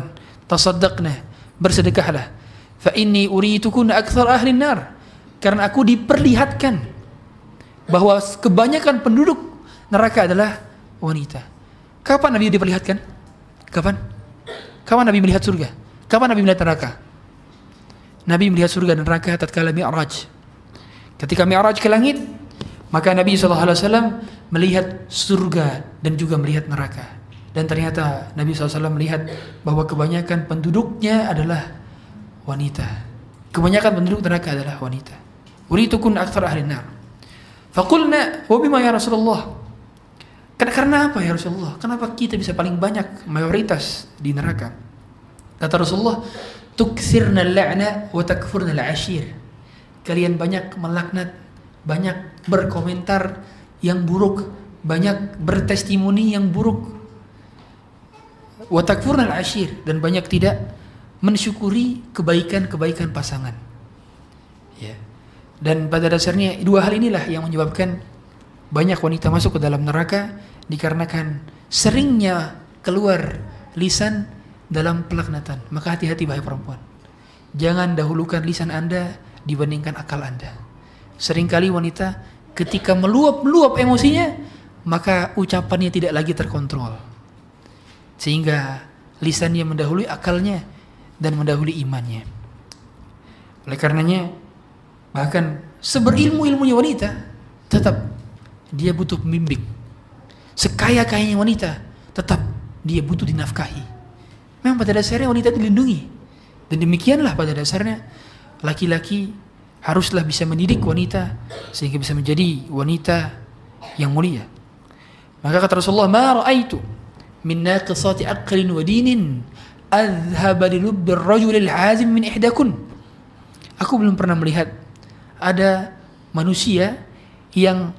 tasaddaqna, bersedekahlah. Fa inni uriitukunna aktsar ahli nar, karena aku diperlihatkan bahwa kebanyakan penduduk neraka adalah wanita. Kapan Nabi diperlihatkan? Kapan? Kapan Nabi melihat surga? Kapan Nabi melihat neraka? Nabi melihat surga dan neraka tatkala Mi'raj. Ketika Mi'raj ke langit, maka Nabi SAW melihat surga dan juga melihat neraka. Dan ternyata Nabi SAW melihat bahwa kebanyakan penduduknya adalah wanita. Kebanyakan penduduk neraka adalah wanita. Uritukun aktsar ahli nar. Faqulna wa bima ya Rasulullah? Karena apa ya Rasulullah? Kenapa kita bisa paling banyak, mayoritas di neraka? Kata Rasulullah, tukthirna al-la'na wa takfurna al-ashir. Kalian banyak melaknat, banyak berkomentar yang buruk, banyak bertestimoni yang buruk. Wa takfurna al-ashir, dan banyak tidak mensyukuri kebaikan-kebaikan pasangan. Ya. Dan pada dasarnya dua hal inilah yang menyebabkan banyak wanita masuk ke dalam neraka, dikarenakan seringnya keluar lisan dalam pelaknatan. Maka hati-hati wahai perempuan. Jangan dahulukan lisan Anda dibandingkan akal Anda. Seringkali wanita ketika meluap-luap emosinya, maka ucapannya tidak lagi terkontrol. Sehingga lisannya mendahului akalnya dan mendahului imannya. Oleh karenanya, bahkan seberilmu-ilmunya wanita, tetap dia butuh pembimbing. Sekaya-kayanya wanita, tetap dia butuh dinafkahi. Memang pada dasarnya wanita dilindungi. Dan demikianlah pada dasarnya laki-laki haruslah bisa mendidik wanita sehingga bisa menjadi wanita yang mulia. Maka kata Rasulullah, "Ma ra'aitu min naqisati aqlin wa dinin adhhaba li lubbi ar-rajul al-hazim min ihdakun." Aku belum pernah melihat ada manusia yang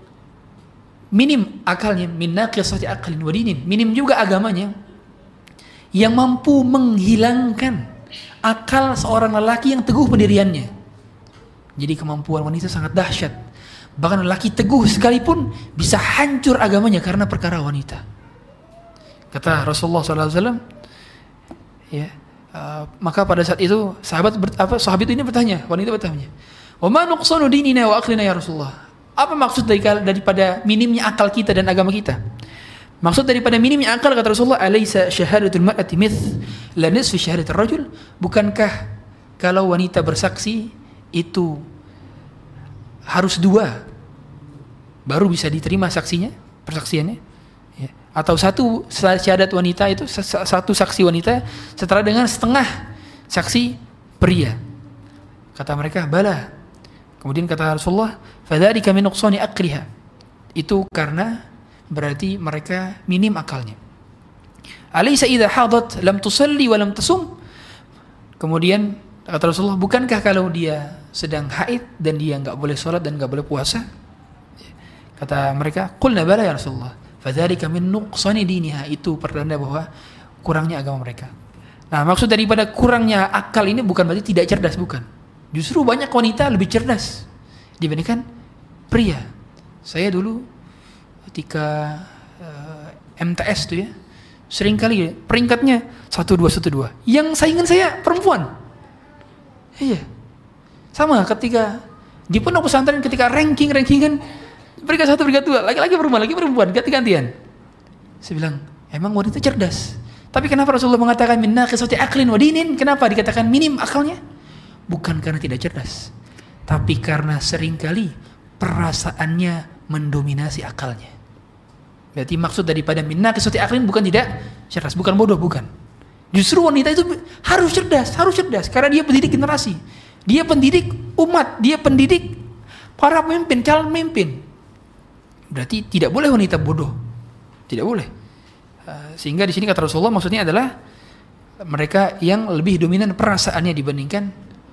minim akalnya, min naqisati aqlin wa dinin, minim juga agamanya, yang mampu menghilangkan akal seorang lelaki yang teguh pendiriannya. Jadi kemampuan wanita sangat dahsyat. Bahkan lelaki teguh sekalipun bisa hancur agamanya karena perkara wanita. Kata Rasulullah SAW, ya, maka pada saat itu sahabat ini bertanya, wanita bertanya, "Wa ma nuqsanu dinina wa aqlina ya Rasulullah?" Apa maksud daripada minimnya akal kita dan agama kita? Maksud daripada minimnya akal, kata Rasulullah, "Alaysa syahadatul mar'ati mithla nisfi syahadatir rajul?" Bukankah kalau wanita bersaksi itu harus 2 baru bisa diterima saksinya, persaksiannya? Ya. Atau satu syahadat wanita itu, satu saksi wanita setara dengan setengah saksi pria? Kata mereka, "Bala." Kemudian kata Rasulullah, "Fadzalika min nuqsani aqliha." Itu karena berarti mereka minim akalnya. "Alaysa idza hadat lam tusalli wa lam tasum?" Kemudian kata Rasulullah, bukankah kalau dia sedang haid dan dia enggak boleh salat dan enggak boleh puasa? Kata mereka, "Qulna bala ya Rasulullah." Fadzalika min nuqsani diniha. Itu pertanda bahwa kurangnya agama mereka. Nah, maksud daripada kurangnya akal ini bukan berarti tidak cerdas, bukan. Justru banyak wanita lebih cerdas dibandingkan pria. Saya dulu ketika MTS tuh ya, seringkali peringkatnya 1212. Yang saingan saya perempuan. Iya. Sama ketika di pondok pesantren, ketika rankingan peringkat 1, peringkat 2, laki-laki perempuan, ganti-gantian. Saya bilang, emang wanita cerdas. Tapi kenapa Rasulullah mengatakan min naqisati aqlin wa dinin? Kenapa dikatakan minim akalnya? Bukan karena tidak cerdas, tapi karena seringkali perasaannya mendominasi akalnya. Berarti maksud daripada min naqisati aqlin bukan tidak cerdas, bukan bodoh, bukan. Justru wanita itu harus cerdas karena dia pendidik generasi. Dia pendidik umat, dia pendidik para pemimpin, calon pemimpin. Berarti tidak boleh wanita bodoh. Tidak boleh. Sehingga di sini kata Rasulullah maksudnya adalah mereka yang lebih dominan perasaannya dibandingkan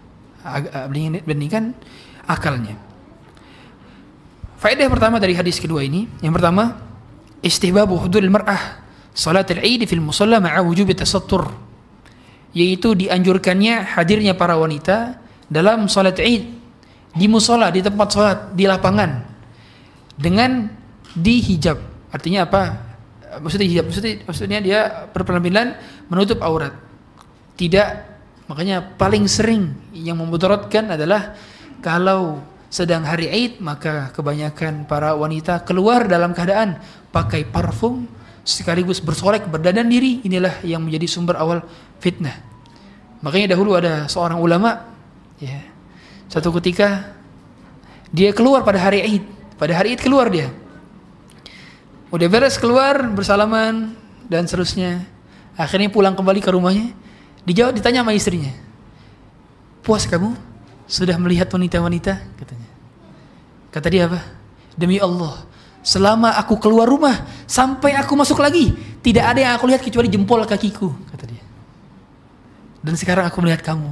akalnya. Faedah pertama dari hadis kedua ini, yang pertama, istihbabu huduril mar'ah salat al-Eid fil musalla ma'a wujub tasattur, yaitu dianjurkannya hadirnya para wanita dalam salat Eid di musalla, di tempat salat, di lapangan dengan dihijab. Artinya apa? Maksudnya hijab, maksudnya dia berpenampilan menutup aurat. Tidak, makanya paling sering yang memudaratkan adalah kalau sedang hari Id, maka kebanyakan para wanita keluar dalam keadaan pakai parfum sekaligus bersolek, berdandan diri. Inilah yang menjadi sumber awal fitnah. Makanya dahulu ada seorang ulama, ya, satu ketika dia keluar pada hari Id. Pada hari Id keluar dia. Udah beres keluar, bersalaman dan seterusnya. Akhirnya pulang kembali ke rumahnya. Ditanya sama istrinya, puas kamu sudah melihat wanita-wanita? Katanya. Kata dia apa? Demi Allah, selama aku keluar rumah sampai aku masuk lagi, tidak ada yang aku lihat kecuali jempol kakiku, kata dia. Dan sekarang aku melihat kamu.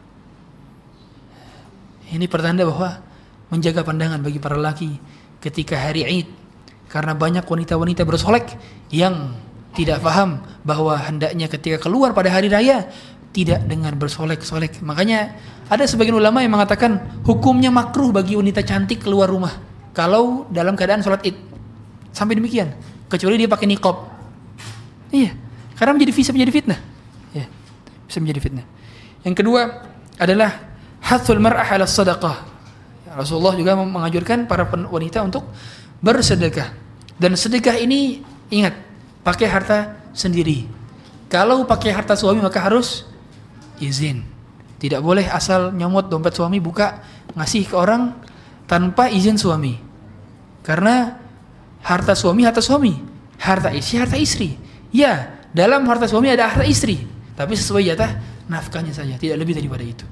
Ini pertanda bahwa menjaga pandangan bagi para laki ketika hari Id, karena banyak wanita-wanita bersolek yang tidak paham bahwa hendaknya ketika keluar pada hari raya tidak dengan bersolek-solek. Makanya ada sebagian ulama yang mengatakan hukumnya makruh bagi wanita cantik keluar rumah kalau dalam keadaan sholat Id. Sampai demikian, kecuali dia pakai niqab. Iya, karena bisa menjadi fitnah. Ya, bisa menjadi fitnah. Yang kedua adalah hathul mar'ah 'ala sadaqah. Rasulullah juga menganjurkan para wanita untuk bersedekah. Dan sedekah ini ingat, pakai harta sendiri. Kalau pakai harta suami maka harus izin. Tidak boleh asal nyomot dompet suami, buka, ngasih ke orang tanpa izin suami. Karena harta suami, harta istri. Ya, dalam harta suami ada harta istri, tapi sesuai jatah nafkahnya saja, tidak lebih daripada itu.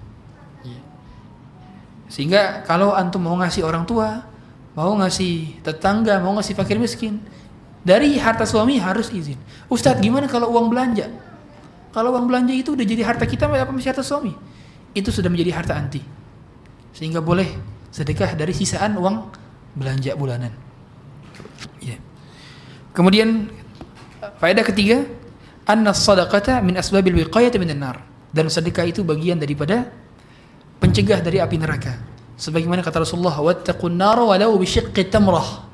Sehingga kalau antum mau ngasih orang tua, mau ngasih tetangga, mau ngasih fakir miskin, dari harta suami harus izin. Ustadz, gimana kalau uang belanja? Kalau uang belanja itu udah jadi harta kita, apa masih harta suami? Itu sudah menjadi harta anti. Sehingga boleh sedekah dari sisaan uang belanja bulanan. Ya. Kemudian faedah ketiga, anna sadaqata min asbabil wiqayati minan nar. Dan sedekah itu bagian daripada pencegah dari api neraka. Sebagaimana kata Rasulullah, wattaqun nar walau bisyiqqi tamrah.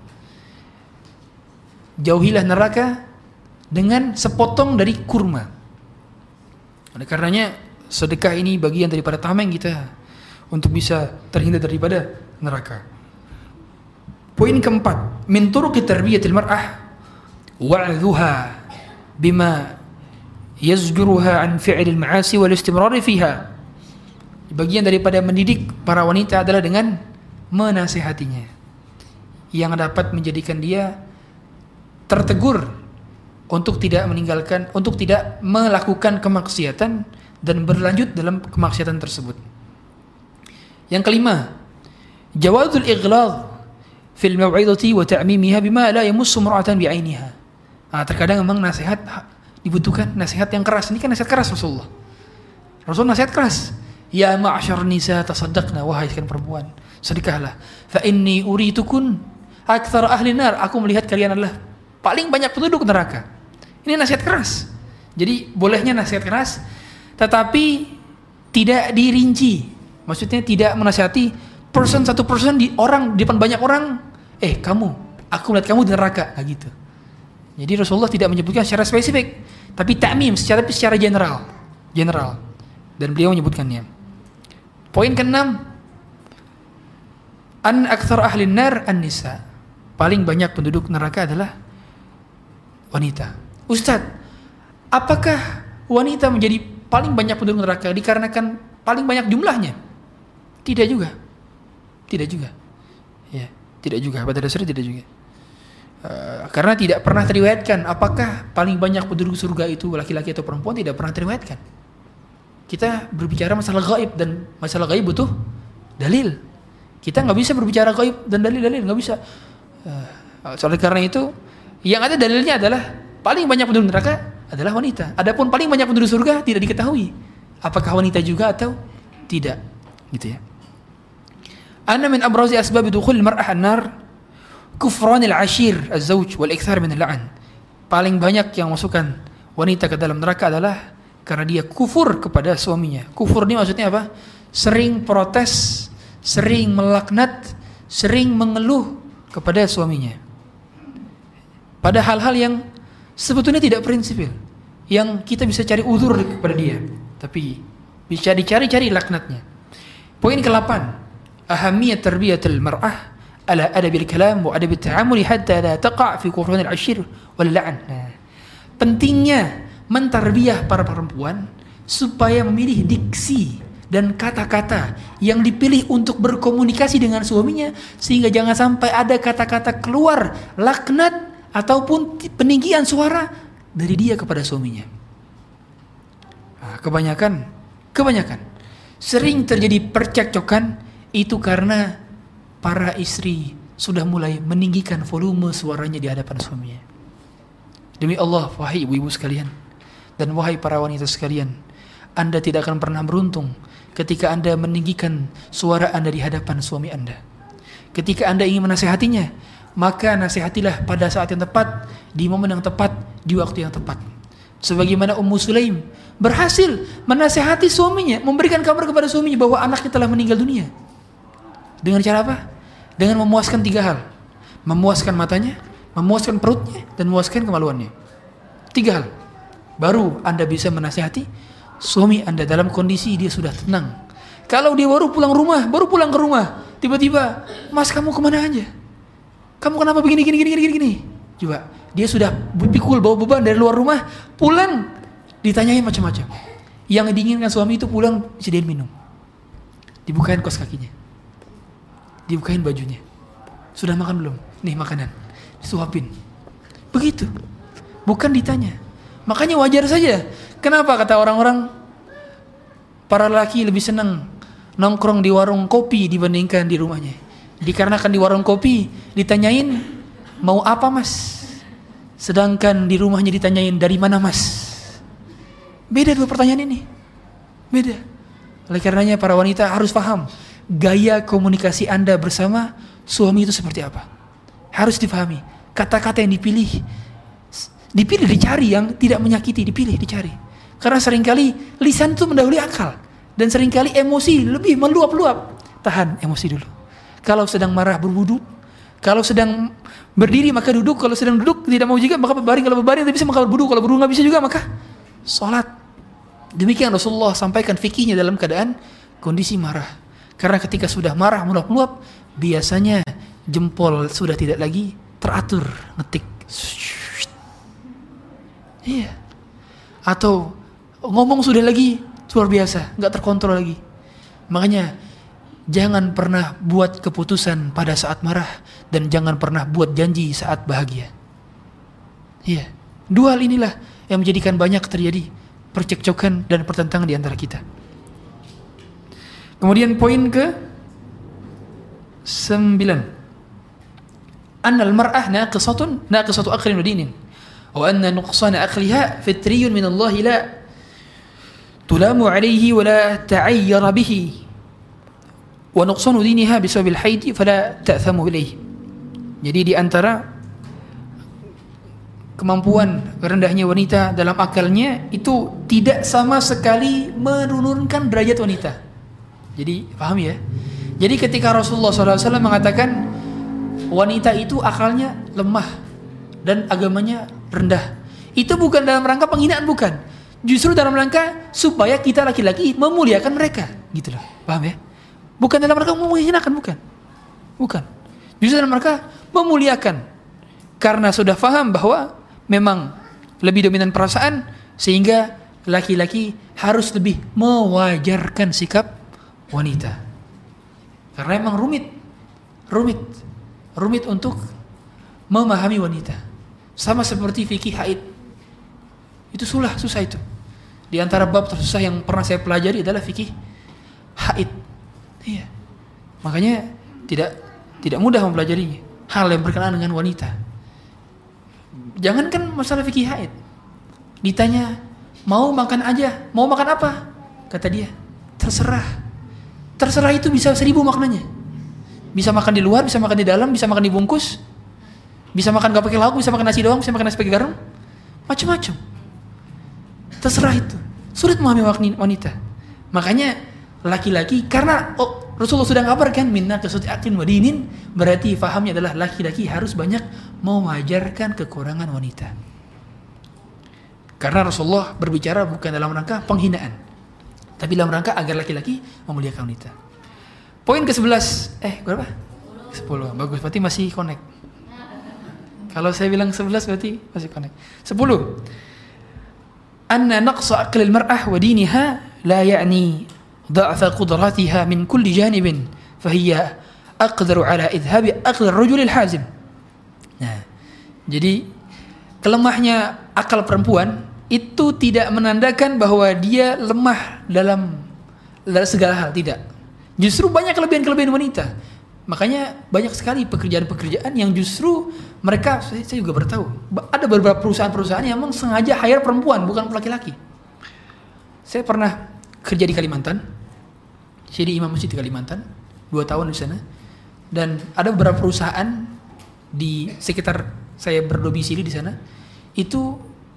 Jauhilah neraka dengan sepotong dari kurma. Oleh karenanya sedekah ini bagian daripada tameng kita untuk bisa terhindar daripada neraka. Poin keempat, min turuqi tarbiyatil mar'ah wa'dhuha bima yazjuruha an fi'lil ma'asi wal istimrar fiha. Bagian daripada mendidik para wanita adalah dengan menasihatinya, yang dapat menjadikan dia tertegur untuk tidak melakukan kemaksiatan dan berlanjut dalam kemaksiatan tersebut. Yang kelima, jawazul ighlaz fil mau'izati wa ta'mimiha bima la yamussu mar'atan bi'ainiha. Terkadang memang nasihat dibutuhkan nasihat yang keras. Ini kan nasihat keras Rasulullah. Nasihat keras. Ya ma'syar nisa tasaddaqna, wahai sekalian perempuan, sedekahlah. Fa inni uritukun aktsar ahli nar. Aku melihat kalian adalah paling banyak penduduk neraka. Ini nasihat keras. Jadi bolehnya nasihat keras, tetapi tidak dirinci. Maksudnya tidak menasihati satu person di depan banyak orang. Aku melihat kamu di neraka, gitu. Jadi Rasulullah tidak menyebutkan secara spesifik, tapi ta'mim secara general. Dan beliau menyebutkannya. Poin keenam, an aktsar ahli nar an-nisa. Paling banyak penduduk neraka adalah wanita. Ustadz, apakah wanita menjadi paling banyak penduduk neraka dikarenakan paling banyak jumlahnya? Tidak juga. Ya, tidak juga. Pada dasarnya tidak juga. Karena tidak pernah teriwayatkan apakah paling banyak penduduk surga itu laki-laki atau perempuan, tidak pernah teriwayatkan. Kita berbicara masalah gaib, dan masalah gaib butuh dalil. Kita nggak bisa berbicara gaib dan dalil-dalil, nggak bisa. Oleh karena itu, yang ada dalilnya adalah paling banyak penduduk neraka adalah wanita. Adapun paling banyak penduduk surga tidak diketahui apakah wanita juga atau tidak, gitu ya. Anna min abrazi asbab dukhul mar'ah an-nar kufran al-ashir az-zawj wal ikthar min al-la'n. Paling banyak yang masukkan wanita ke dalam neraka adalah karena dia kufur kepada suaminya. Kufur ini maksudnya apa? Sering protes, sering melaknat, sering mengeluh kepada suaminya pada hal-hal yang sebetulnya tidak prinsipil, yang kita bisa cari uzur kepada dia. Tapi bisa dicari-cari laknatnya. Poin ke-8, ahamiyat tarbiyatul mar'ah ala adabil kalam wa adabil ta'amuli hatta la taqa' fi qurunil ashir wal la'n. Pentingnya mentarbiyah para perempuan supaya memilih diksi dan kata-kata yang dipilih untuk berkomunikasi dengan suaminya, sehingga jangan sampai ada kata-kata keluar laknat ataupun peninggian suara dari dia kepada suaminya. Nah, kebanyakan sering terjadi percekcokan itu karena para istri sudah mulai meninggikan volume suaranya di hadapan suaminya. Demi Allah, wahai ibu-ibu sekalian dan wahai para wanita sekalian, Anda tidak akan pernah beruntung ketika Anda meninggikan suara Anda di hadapan suami Anda. Ketika Anda ingin menasihatinya, maka nasihatilah pada saat yang tepat, di momen yang tepat, di waktu yang tepat. Sebagaimana Ummu Sulaim berhasil menasihati suaminya, memberikan kabar kepada suaminya bahwa anaknya telah meninggal dunia. Dengan cara apa? Dengan memuaskan 3 hal. Memuaskan matanya, memuaskan perutnya, dan memuaskan kemaluannya. 3 hal. Baru Anda bisa menasihati suami Anda dalam kondisi dia sudah tenang. Kalau dia baru pulang ke rumah, tiba-tiba, "Mas, kamu kemana aja? Kamu kenapa begini?" Coba, dia sudah pikul bawa beban dari luar rumah, pulang ditanyain macam-macam. Yang diinginkan suami itu pulang disediain minum, dibukain kaos kakinya, dibukain bajunya. Sudah makan belum? Nih makanan, disuapin. Begitu, bukan ditanya. Makanya wajar saja. Kenapa kata orang-orang para laki lebih senang nongkrong di warung kopi dibandingkan di rumahnya? Dikarenakan di warung kopi ditanyain mau apa mas, sedangkan di rumahnya ditanyain dari mana mas. Beda 2 pertanyaan ini, beda. Oleh karenanya para wanita harus paham gaya komunikasi Anda bersama suami itu seperti apa. Harus dipahami. Kata-kata yang dipilih, dicari yang tidak menyakiti, dicari. Karena seringkali lisan itu mendahului akal, dan seringkali emosi lebih meluap-luap. Tahan emosi dulu. Kalau sedang marah berwudu, kalau sedang berdiri maka duduk, kalau sedang duduk tidak mau juga maka berbaring, kalau berbaring tidak bisa maka berwudu, kalau berwudu nggak bisa juga maka sholat. Demikian Rasulullah sampaikan fikihnya dalam keadaan kondisi marah. Karena ketika sudah marah meluap-luap, biasanya jempol sudah tidak lagi teratur ngetik. Iya. Atau ngomong sudah lagi luar biasa, nggak terkontrol lagi. Makanya jangan pernah buat keputusan pada saat marah, dan jangan pernah buat janji saat bahagia. Iya. 2 hal inilah yang menjadikan banyak terjadi percekcokan dan pertentangan di antara kita. Kemudian poin ke-9, annal mar'ah naqisatu aqlin wa dinin, wa anna nuqsana aqliha fitriyun min Allah la tulamu alayhi wa la ta'ayyara bihi, wa nuqsanu diniha bisababil haidi fala ta'thamu ilayhi. Jadi di antara kemampuan rendahnya wanita dalam akalnya itu tidak sama sekali menurunkan derajat wanita. Jadi paham ya? Jadi ketika Rasulullah SAW mengatakan wanita itu akalnya lemah dan agamanya rendah, itu bukan dalam rangka penghinaan, bukan. Justru dalam rangka supaya kita laki-laki memuliakan mereka, gitu loh. Paham ya? Bukan dalam rangka menghinakan, bukan. Justru dalam rangka memuliakan. Karena sudah paham bahwa memang lebih dominan perasaan, sehingga laki-laki harus lebih mewajarkan sikap wanita. Karena memang rumit untuk memahami wanita. Sama seperti fikih haid. Itu susah itu. Di antara bab tersusah yang pernah saya pelajari adalah fikih haid. Iya. Makanya tidak mudah mempelajarinya. Hal yang berkenaan dengan wanita. Jangankan masalah fikih haid. Ditanya, mau makan aja, mau makan apa? Kata dia, terserah. Terserah itu bisa 1000 maknanya. Bisa makan di luar, bisa makan di dalam, bisa makan dibungkus, bisa makan gak pakai lauk, bisa makan nasi doang, bisa makan nasi pakai garam, macam-macam. Terserah itu. Sulit memahami wanita. Makanya laki-laki, karena Rasulullah sudah ngabarkan minna qisati aqlin wa dinin, berarti fahamnya adalah laki-laki harus banyak mewajarkan kekurangan wanita. Karena Rasulullah berbicara bukan dalam rangka penghinaan, Tapi dalam rangka agar laki-laki memuliakan wanita. Poin ke-11. Berapa? 10. Bagus, berarti masih connect. Kalau saya bilang 11 berarti masih connect. 10. Anna naqsa aqli al-mar'ah wa diniha la ya'ni dha'fa qudratiha min kulli janibin, fahiya aqdaru ala idhabi aqli ar-rajul al-hazim. Nah, jadi kelemahnya akal perempuan itu tidak menandakan bahwa dia lemah dalam segala hal, tidak. Justru banyak kelebihan-kelebihan wanita. Makanya banyak sekali pekerjaan-pekerjaan yang justru mereka, saya juga bertahu, ada beberapa perusahaan-perusahaan yang memang sengaja hire perempuan, bukan laki-laki. Saya pernah kerja di Kalimantan, jadi imam masjid di Kalimantan, 2 tahun di sana. Dan ada beberapa perusahaan di sekitar saya berdomisili di sana, itu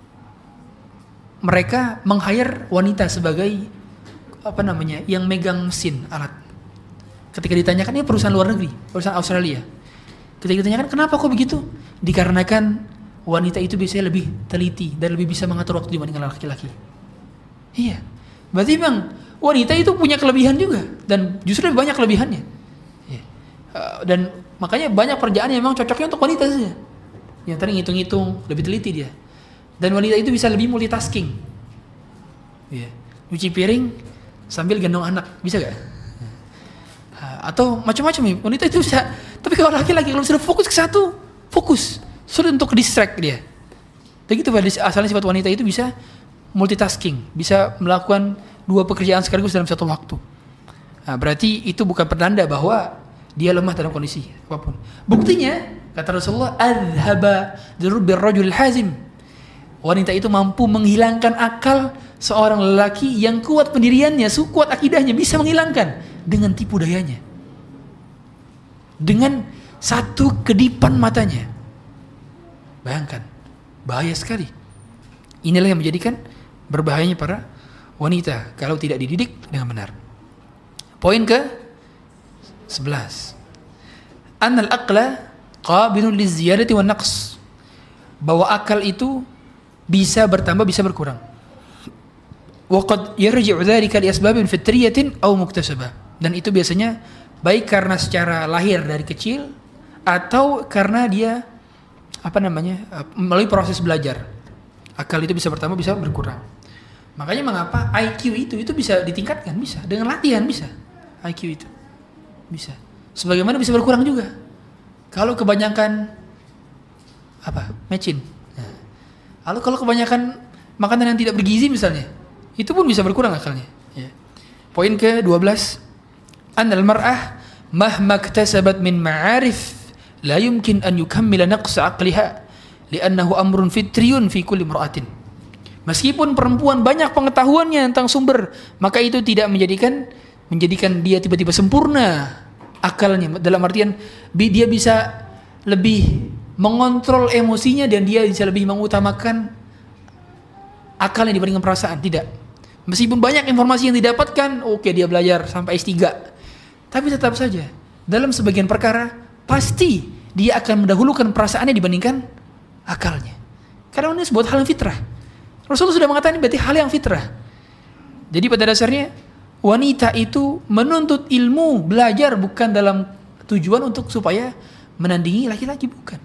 mereka meng-hire wanita sebagai yang megang mesin alat. Ketika ditanyakan, ini perusahaan luar negeri, perusahaan Australia. Ketika ditanyakan kenapa kok begitu, dikarenakan wanita itu biasanya lebih teliti dan lebih bisa mengatur waktu dibandingkan laki-laki. Iya, berarti memang wanita itu punya kelebihan juga, dan justru lebih banyak kelebihannya. Iya. Dan makanya banyak pekerjaan yang memang cocoknya untuk wanita saja. Yang tadi ngitung-ngitung, lebih teliti dia. Dan wanita itu bisa lebih multitasking. Iya. Cuci piring sambil gendong anak, bisa gak? Atau macam-macam ya, wanita itu bisa. Tapi kalau laki-laki kalau sudah fokus ke satu, fokus, sulit untuk distract dia. Begitu asalnya sifat wanita itu bisa multitasking, bisa melakukan 2 pekerjaan sekaligus dalam satu waktu. Nah, berarti itu bukan pertanda bahwa dia lemah dalam kondisi apapun. Buktinya kata Rasulullah, "Adhaba dzurbil rajul hazim." Wanita itu mampu menghilangkan akal seorang lelaki yang kuat pendiriannya, kuat akidahnya, bisa menghilangkan dengan tipu dayanya. Dengan satu kedipan matanya. Bayangkan, bahaya sekali. Inilah yang menjadikan berbahayanya para wanita kalau tidak dididik dengan benar. Poin ke-11. Annal aqla qabilun liziyadati wan naqs. Bahwa akal itu bisa bertambah, bisa berkurang. Waqad yarji'u dzalika li asbabin fitriyatin aw muktasabah. Dan itu biasanya baik karena secara lahir dari kecil atau karena dia melalui proses belajar. Akal itu bisa bertambah, bisa berkurang. Makanya mengapa IQ itu bisa ditingkatkan, bisa dengan latihan, bisa. IQ itu bisa. Sebagaimana bisa berkurang juga kalau kebanyakan mecin. Lalu kalau kebanyakan makanan yang tidak bergizi misalnya, itu pun bisa berkurang akalnya. Ya. Poin ke-12. Annal mar'ah mahma iktasabat min ma'arif la yumkin an yukammila naqsa aqliha li'annahu amrun fitriyun fi kulli mar'atin. Meskipun perempuan banyak pengetahuannya tentang sumber, maka itu tidak menjadikan dia tiba-tiba sempurna akalnya. Dalam artian dia bisa lebih mengontrol emosinya dan dia bisa lebih mengutamakan akalnya dibandingkan perasaan. Tidak. Meskipun banyak informasi yang didapatkan, oke, dia belajar sampai S3. Tapi tetap saja dalam sebagian perkara pasti dia akan mendahulukan perasaannya dibandingkan akalnya. Karena ini sebuah hal yang fitrah. Rasulullah sudah mengatakan berarti hal yang fitrah. Jadi pada dasarnya wanita itu menuntut ilmu, belajar bukan dalam tujuan untuk supaya menandingi laki-laki, bukan.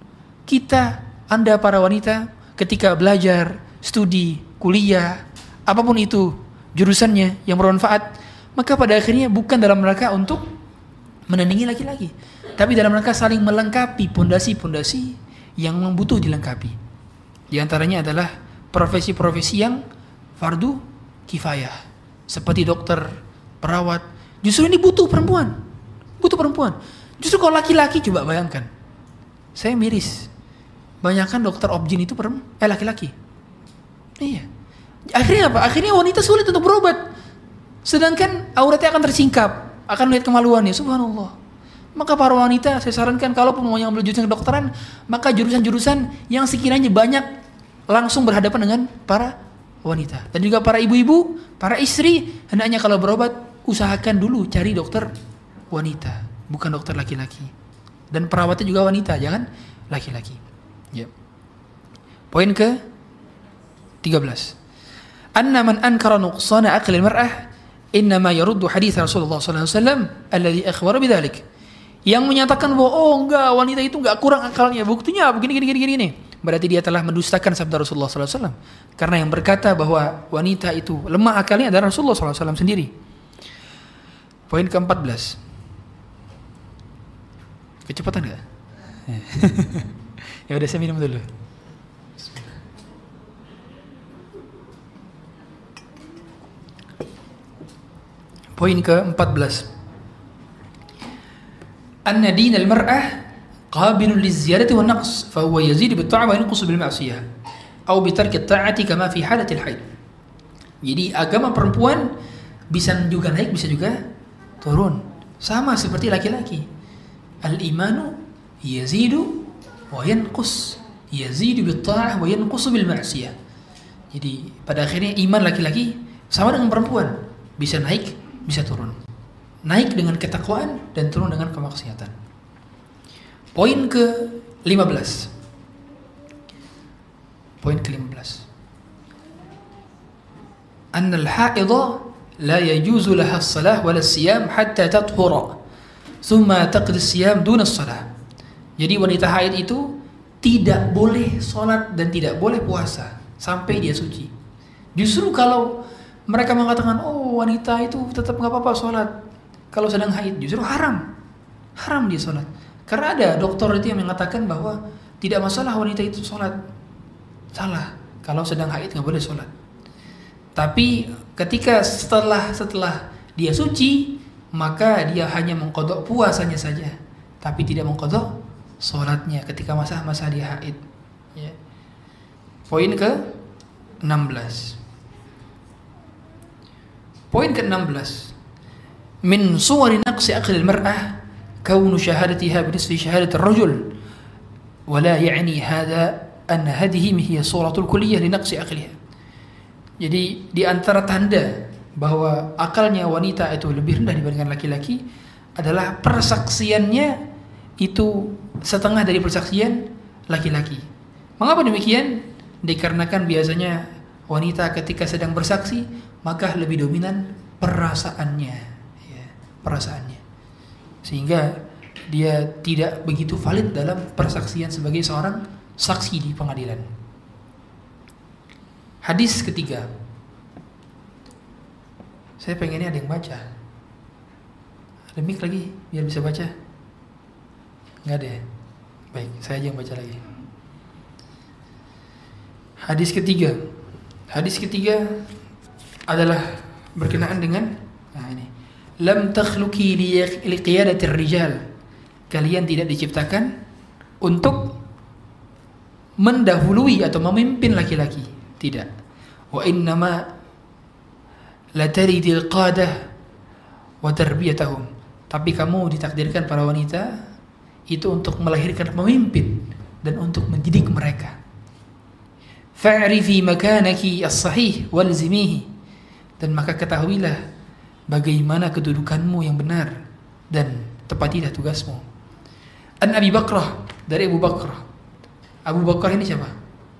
Anda para wanita ketika belajar, studi, kuliah, apapun itu jurusannya yang bermanfaat, maka pada akhirnya bukan dalam rangka untuk menandingi laki-laki, tapi dalam rangka saling melengkapi pondasi-pondasi yang butuh dilengkapi. Di antaranya adalah profesi-profesi yang fardu kifayah, seperti dokter, perawat. Justru ini butuh perempuan. Justru kalau laki-laki, coba bayangkan, saya miris. Banyakkan dokter objin itu laki-laki. Iya. Akhirnya apa? Akhirnya wanita sulit untuk berobat. Sedangkan auratnya akan tersingkap, akan melihat kemaluannya. Subhanallah. Maka para wanita, saya sarankan kalaupun mau ambil jurusan kedokteran, maka jurusan-jurusan yang sekiranya banyak langsung berhadapan dengan para wanita. Dan juga para ibu-ibu, para istri, hendaknya kalau berobat, usahakan dulu cari dokter wanita, bukan dokter laki-laki. Dan perawatnya juga wanita, jangan laki-laki. Ya. Poin ke-13. Anna man ankara nuqsana aqli al-mar'ah innama yaruddu hadits Rasulullah sallallahu alaihi wasallam alladhi akhbara bidzalik. Yang menyatakan bahwa enggak, wanita itu enggak kurang akalnya, buktinya begini. Berarti dia telah mendustakan sabda Rasulullah sallallahu alaihi wasallam. Karena yang berkata bahwa wanita itu lemah akalnya adalah Rasulullah sallallahu alaihi wasallam sendiri. Poin ke-14. Kecepatan enggak? Ya udah, saya minum dulu. Poin ke-14. Anna dinal mar'ah qabilun liziyadati wan naqs, fa huwa yazidu bit-ta'ah wa yanqusu bil ma'siyah atau bi tarki at-ta'ati kama fi halatil haid. Jadi agama perempuan bisa juga naik, bisa juga turun. Sama seperti laki-laki. Al-imanu yazidu wa yanqus. Yazidu bit-ta'ah wa yanqusu bil ma'siyah. Jadi pada akhirnya iman laki-laki sama dengan perempuan, bisa naik, bisa turun. Naik dengan ketakwaan dan turun dengan kemaksiatan. Poin ke-15. Poin ke-15. Anna al-haidha la yajuzu laha as-salah wala as-siyam hatta tathura. Thumma taqdi as-siyam duna as-salah. Jadi wanita haid itu tidak boleh sholat dan tidak boleh puasa sampai dia suci. Justru kalau mereka mengatakan, oh wanita itu tetap nggak apa-apa sholat kalau sedang haid, justru haram dia sholat. Karena ada dokter itu yang mengatakan bahwa tidak masalah wanita itu sholat. Salah, kalau sedang haid nggak boleh sholat. Tapi ketika setelah dia suci, maka dia hanya mengqadha puasanya saja, tapi tidak mengqadha sholatnya ketika masa dia haid. Ya. Poin ke-16. Poin ke-16. Min suwari naqsi aqli al-mar'ah kaunu syahadatiha binisbi syahadati ar-rajul wa la ya'ni hadha an hadhihi hiya suratul kulliyah li naqsi aqliha. Jadi di antara tanda bahwa akalnya wanita itu lebih rendah dibandingkan laki-laki adalah persaksiannya itu setengah dari persaksian laki-laki. Mengapa demikian? Dikarenakan biasanya wanita ketika sedang bersaksi maka lebih dominan perasaannya. Sehingga dia tidak begitu valid dalam persaksian sebagai seorang saksi di pengadilan. Hadis ketiga. Saya pengennya ada yang baca. Ada mic lagi biar bisa baca. Nggak ada ya? Baik, saya aja yang baca lagi. Hadis ketiga. Hadis ketiga adalah berkenaan dengan ini. Lam takhluqi liqiyadatir rijal. Kalian tidak diciptakan untuk mendahului atau memimpin laki-laki. Tidak. Wa innama la taridil qadah wa tarbiyatahum. Tapi kamu ditakdirkan para wanita itu untuk melahirkan pemimpin dan untuk mendidik mereka. Fa'rifi makanaki as-sahih walzimihi. Dan maka ketahuilah bagaimana kedudukanmu yang benar dan tepatilah tugasmu. An Abi Bakrah, dari Abu Bakrah. Abu Bakrah ini siapa?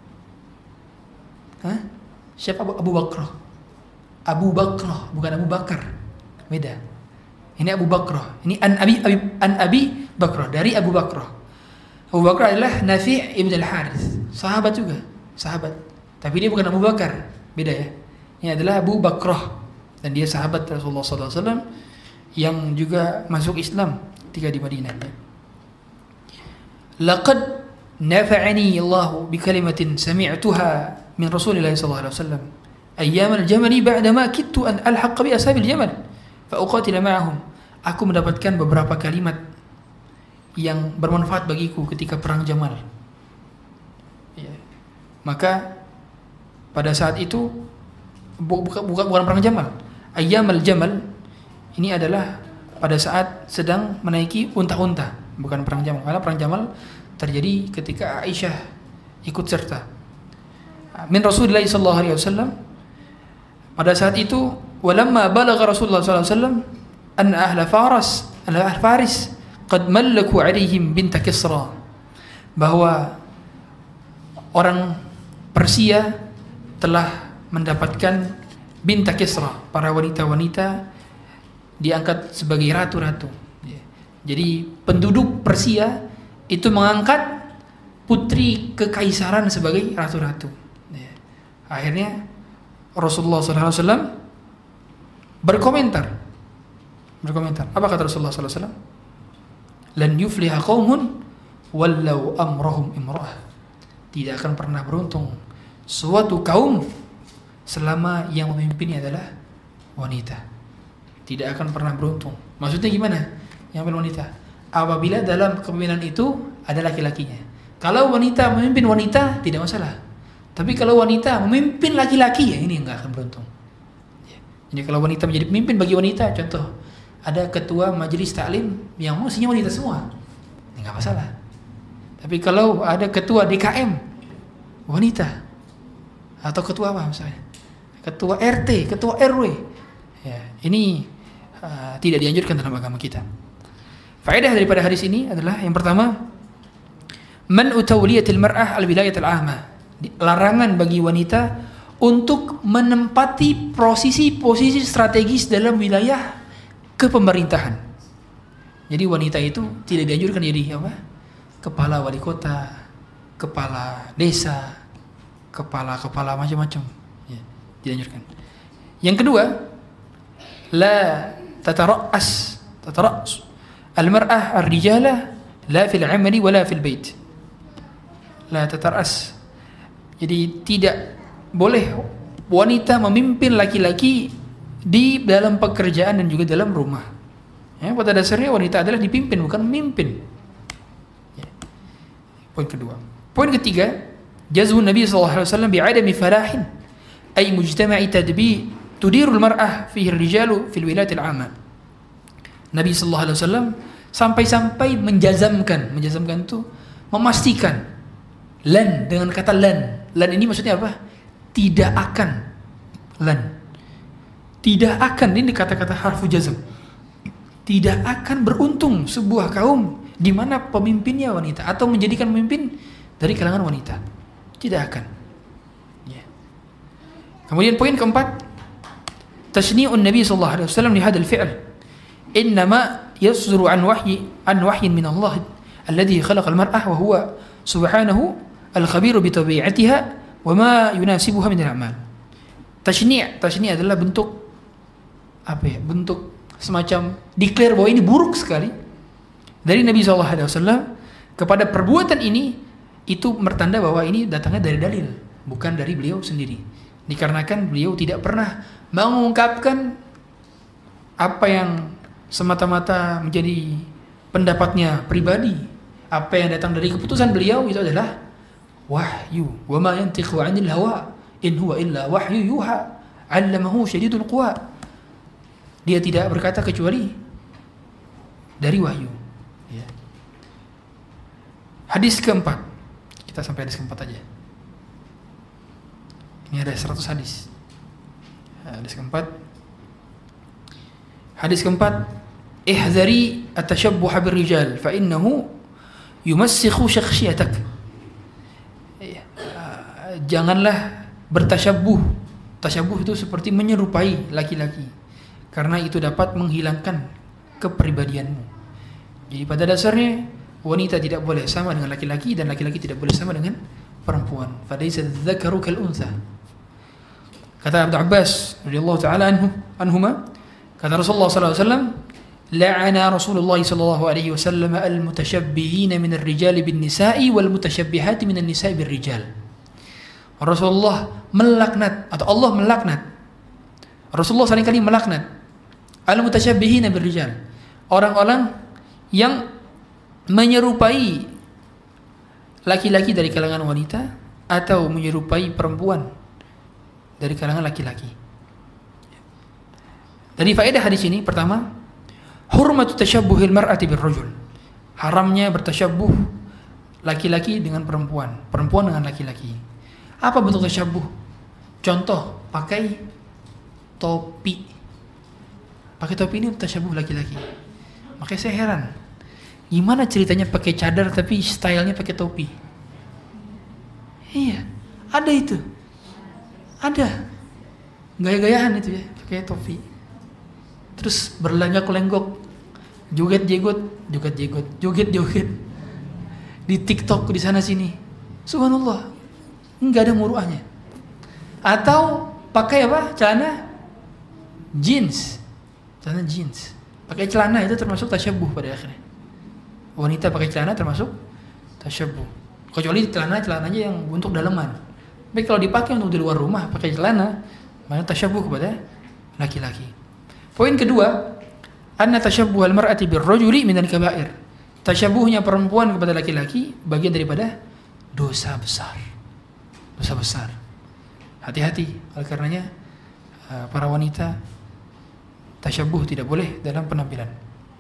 Hah? Siapa Abu Bakrah? Abu Bakrah, bukan Abu Bakar. Beda. Ini Abu Bakrah. Ini An Abi Bakrah, dari Abu Bakrah. Abu Bakrah adalah Nafi' ibn al-Harith, sahabat juga, sahabat. Tapi dia bukan Abu Bakar, beda ya. Ini adalah Abu Bakrah dan dia sahabat Rasulullah SAW yang juga masuk Islam ketika di Madinah. Laqad nafa'ani Allah bi kalimatin sami'tuha min Rasulillah sallallahu alaihi wasallam ayyam al-jamal ba'da ma kittu an alhaq bi ashabil jamal fa uqatil ma'ahum. Aku mendapatkan beberapa kalimat yang bermanfaat bagiku ketika perang Jamal. Ya. Maka pada saat itu bukan perang Jamal. Ayyam al-jamal ini adalah pada saat sedang menaiki unta-unta, bukan perang Jamal. Karena perang Jamal terjadi ketika Aisyah ikut serta. Min Rasulullah sallallahu alaihi wasallam. Pada saat itu, walamma balagha Rasulullah sallallahu alaihi wasallam an ahla Faris qad mallaku alaihim bint Kisra. Bahwa orang Persia telah mendapatkan Binta Kisra, para wanita-wanita diangkat sebagai ratu-ratu. Jadi penduduk Persia itu mengangkat putri kekaisaran sebagai ratu-ratu. Akhirnya Rasulullah SAW berkomentar. Apa kata Rasulullah SAW? Lan yufliha qaumun wallau amrahum imra'ah. Tidak akan pernah beruntung suatu kaum selama yang memimpinnya adalah wanita. Tidak akan pernah beruntung. Maksudnya gimana? Yang memimpin wanita. Apabila dalam kepemimpinan itu ada laki-lakinya. Kalau wanita memimpin wanita tidak masalah. Tapi kalau wanita memimpin laki-laki, ya ini enggak akan beruntung. Jadi kalau wanita menjadi pemimpin bagi wanita, contoh ada ketua majelis taklim yang mestinya wanita semua, enggak masalah. Tapi kalau ada ketua DKM wanita atau ketua apa misalnya, ketua RT, ketua RW, ya, ini tidak dianjurkan dalam agama kita. Faedah daripada hadis ini adalah yang pertama, man'u tawliyatil mar'ah al-wilayatil 'ammah. Larangan bagi wanita untuk menempati posisi-posisi strategis dalam wilayah kepemerintahan. Jadi wanita itu tidak dianjurkan jadi apa? Kepala wali kota, kepala desa, kepala macam-macam. Ya, dianjurkan. Yang kedua, la tatara'as al-mar'ah ar-rijala la fil 'amali wala fil bait. La tatara'as. Jadi tidak boleh wanita memimpin laki-laki di dalam pekerjaan dan juga dalam rumah. Ya, pada dasarnya wanita adalah dipimpin, bukan memimpin. Ya. Poin kedua. Poin ketiga, jazmun Nabi SAW bi'adami falahin ay mujtama'i tadbi tudirul mar'ah fihi rijalu fil wilayatil 'ammah. Nabi SAW sampai-sampai menjazamkan itu memastikan, lan dengan kata lan ini maksudnya apa? Tidak akan, tidak akan, ini kata-kata harfu jazm, tidak akan beruntung sebuah kaum di mana pemimpinnya wanita atau menjadikan pemimpin dari kalangan wanita, tidak akan. Ya. Kemudian poin keempat, tashni'un Nabi sallallahu alaihi wasallam li hadzal fi'l innama yasduru an wahyin min Allah alladhi khalaqa al-mar'ah wa huwa subhanahu al-khabiru bi tabi'atiha wa ma yunasibuha min al-a'mal. Tashni' adalah bentuk apa ya? Bentuk semacam declare bahwa ini buruk sekali dari Nabi SAW kepada perbuatan ini, itu bertanda bahwa ini datangnya dari dalil, bukan dari beliau sendiri. Dikarenakan beliau tidak pernah mengungkapkan apa yang semata-mata menjadi pendapatnya pribadi. Apa yang datang dari keputusan beliau itu adalah wahyu. Wa ma yantiqu 'anil hawa in huwa illa wahyu yuha 'allamahu syadidul quwa. Dia tidak berkata kecuali dari wahyu. Ya. Hadis keempat. Kita sampai hadis keempat aja. Ini ada 100 hadis. Hadis keempat, ihzari at-tashabbuh bir-rijal fa innahu yumassikhu shakhsiyatak. Janganlah bertasyabuh. Tasyabuh itu seperti menyerupai laki-laki, karena itu dapat menghilangkan kepribadianmu. Jadi pada dasarnya wanita tidak boleh sama dengan laki-laki dan laki-laki tidak boleh sama dengan perempuan. Falaisa dzakaru kal untha. Kata Ibnu Abbas radhiyallahu taala anhuma, kata Rasulullah sallallahu alaihi wasallam, la'ana Rasulullah sallallahu alaihi wasallam al-mutasyabbihina min ar-rijali bin-nisa'i wal mutasyabbihat min an-nisa'i bir-rijal. Rasulullah melaknat atau Allah melaknat. Rasulullah seringkali melaknat al-mutasyabbihina bir-rijal, orang-orang yang menyerupai laki-laki dari kalangan wanita atau menyerupai perempuan dari kalangan laki-laki. Dari faedah hadis ini, pertama, hurmatu tasyabbuhil mar'ati birrajul. Haramnya bertasyabbuh laki-laki dengan perempuan, perempuan dengan laki-laki. Apa bentuk tasyabbuh? Contoh, pakai topi. Pakai topi ini tasyabbuh laki-laki. Makanya saya heran, gimana ceritanya pakai cadar tapi stylenya pakai topi? Iya, ada itu. Ada. gaya-gayaan itu ya, pakai topi. Terus berlenggak-lenggok, joget-joget di TikTok di sana sini. Subhanallah, enggak ada muruahnya. Atau pakai apa? Celana jeans. Pakai celana itu termasuk tasyabbuh pada akhirnya. Wanita pakai celana termasuk tasyabbuh. Kecuali celananya yang untuk dalaman. Tapi kalau dipakai untuk di luar rumah pakai celana, maka tasyabbuh kepada laki-laki. Poin kedua, anna tasyabbuh al-mar'ati bir-rajuli minal kaba'ir. Tasyabbuhnya perempuan kepada laki-laki bagian daripada dosa besar. Dosa besar. Hati-hati, oleh karenanya para wanita tasyabbuh tidak boleh dalam penampilan.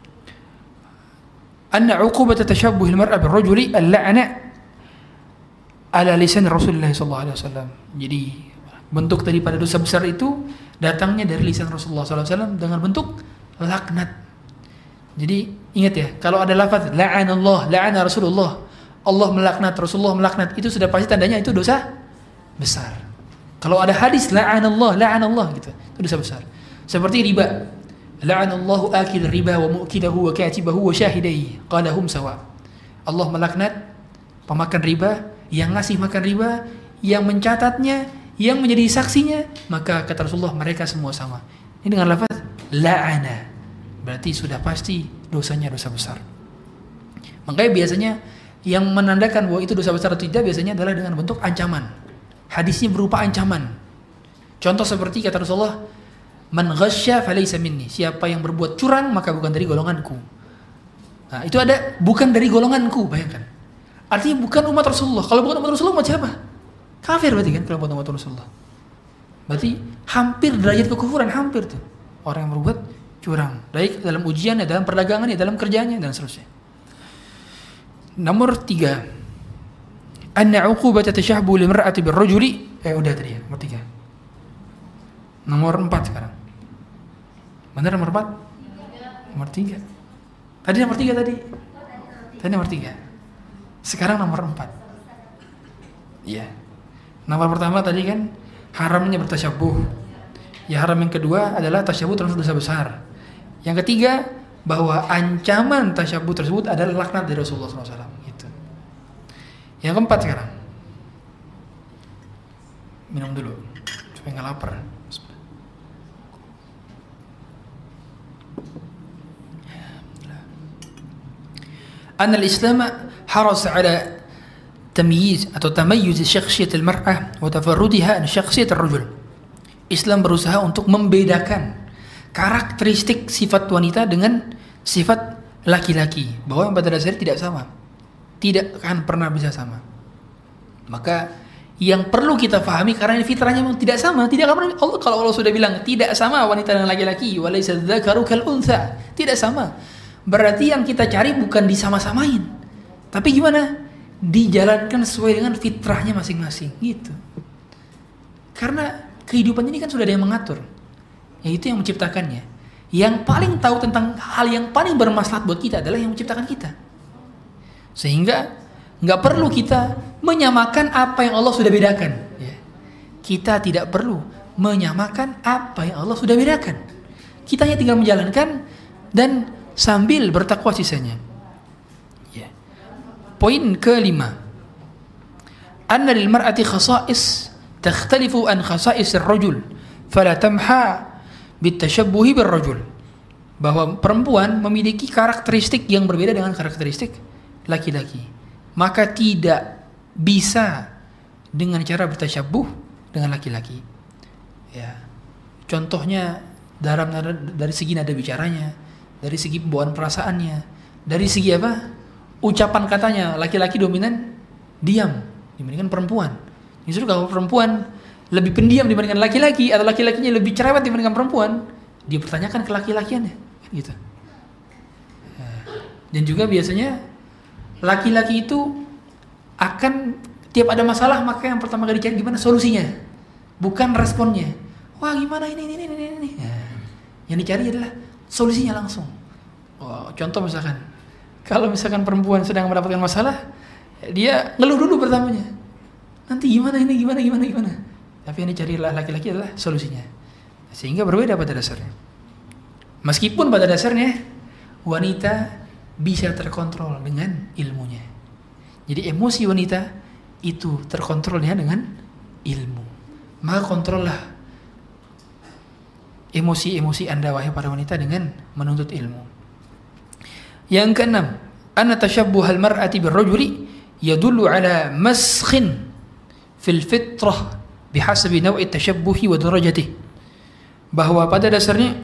Anna 'uqubata tashabbuh al-mar'a bir-rajuli al-la'na ala lisan Rasulullah sallallahu alaihi wasallam. Jadi bentuk daripada dosa besar itu datangnya dari lisan Rasulullah sallallahu alaihi wasallam dengan bentuk laknat. Jadi ingat ya, kalau ada lafaz la'anallah, la'ana Rasulullah, Allah melaknat, Rasulullah melaknat, itu sudah pasti tandanya itu dosa besar. Kalau ada hadis la'anallah gitu, itu dosa besar. Seperti riba. La'anallahu akil riba wa mu'kilahu wa katibahu wa syahidaihi qala hum sawa. Allah melaknat pemakan riba, yang ngasih makan riba, yang mencatatnya, yang menjadi saksinya, maka kata Rasulullah mereka semua sama. Ini dengan lafaz la'ana. Berarti sudah pasti dosanya dosa besar. Makanya biasanya yang menandakan bahwa itu dosa besar atau tidak biasanya adalah dengan bentuk ancaman. Hadisnya berupa ancaman. Contoh seperti kata Rasulullah, man ghasya falaysa minni. Siapa yang berbuat curang maka bukan dari golonganku. Nah, itu ada bukan dari golonganku, bayangkan. Artinya bukan umat Rasulullah. Kalau bukan umat Rasulullah, umat siapa? Kafir berarti kan kalau bukan umat Rasulullah. Berarti hampir derajat kekufuran, hampir tuh. Orang yang berbuat curang, baik dalam ujiannya, dalam perdagangannya, dalam kerjanya dan seterusnya. Nomor 3. Anna 'uqubata tashabbuh limra'ati birrajuli. Udah tadi ya, nomor 3. Nomor 4 sekarang. Benar nomor 4? Nomor 3. Tadi nomor 3 tadi. Tadi nomor 3. Sekarang nomor 4. Iya. Nomor pertama tadi kan haramnya bertasyabbuh. Ya, haram yang kedua adalah tasyabbuh termasuk dosa besar. Yang ketiga, bahwa ancaman tasyabbuh tersebut adalah laknat dari Rasulullah SAW. Gitu. Yang keempat sekarang. Minum dulu supaya nggak lapar. An al-Islam haras ala tamyiz atau tamayyuz syakhsiyat al-mar'ah wa tafarrudiha an syakhsiyat ar-rajul. Islam berusaha untuk membedakan karakteristik sifat wanita dengan sifat laki-laki, bahwa yang pada dasarnya tidak sama, tidak akan pernah bisa sama. Maka yang perlu kita pahami, karena fitrahnya memang tidak sama, tidak akan pernah. Kalau Allah sudah bilang tidak sama wanita dan laki-laki, walaysa dzakaru kal untha, tidak sama, berarti yang kita cari bukan disama-samain, tapi gimana? Dijalankan sesuai dengan fitrahnya masing-masing, gitu. Karena kehidupan ini kan sudah ada yang mengatur, yaitu yang menciptakannya. Yang paling tahu tentang hal yang paling bermaslahat buat kita adalah yang menciptakan kita. Sehingga nggak perlu kita menyamakan apa yang Allah sudah bedakan. Kita tidak perlu menyamakan apa yang Allah sudah bedakan. Kita hanya tinggal menjalankan dan sambil bertakwa sisanya. Poin kelima, anna lil mar'ati khasa'is takhtalifu an khasa'is ar-rajul fala tamha bitashabbuhi bir-rajul. Bahwa perempuan memiliki karakteristik yang berbeda dengan karakteristik laki-laki, maka tidak bisa dengan cara bertasyabbuh dengan laki-laki. Ya. Contohnya dari segi nada bicaranya, dari segi pembawaan perasaannya, dari segi apa? Ucapan katanya, laki-laki dominan diam dibandingkan perempuan. Justru kalau perempuan lebih pendiam dibandingkan laki-laki, atau laki-lakinya lebih cerewet dibandingkan perempuan, dia pertanyakan ke laki-lakiannya, gitu. Dan juga biasanya laki-laki itu akan tiap ada masalah, maka yang pertama kali dicari gimana solusinya, bukan responnya. Wah gimana ini. Yang dicari adalah solusinya langsung. Contoh misalkan, kalau misalkan perempuan sedang mendapatkan masalah, dia ngeluh dulu pertamanya. Nanti gimana ini, gimana. Tapi yang dicari laki-laki adalah solusinya. Sehingga berbeda pada dasarnya. Meskipun pada dasarnya wanita bisa terkontrol dengan ilmunya. Jadi emosi wanita itu terkontrolnya dengan ilmu. Maka kontrollah emosi-emosi Anda wahai para wanita dengan menuntut ilmu. Yang keenam, anna tashabbuhal mar'ati birrajuli yadullu ala maskhin fil fitrah bihasabi naw'i tashabbuhi wa darajatihi. Bahwa pada dasarnya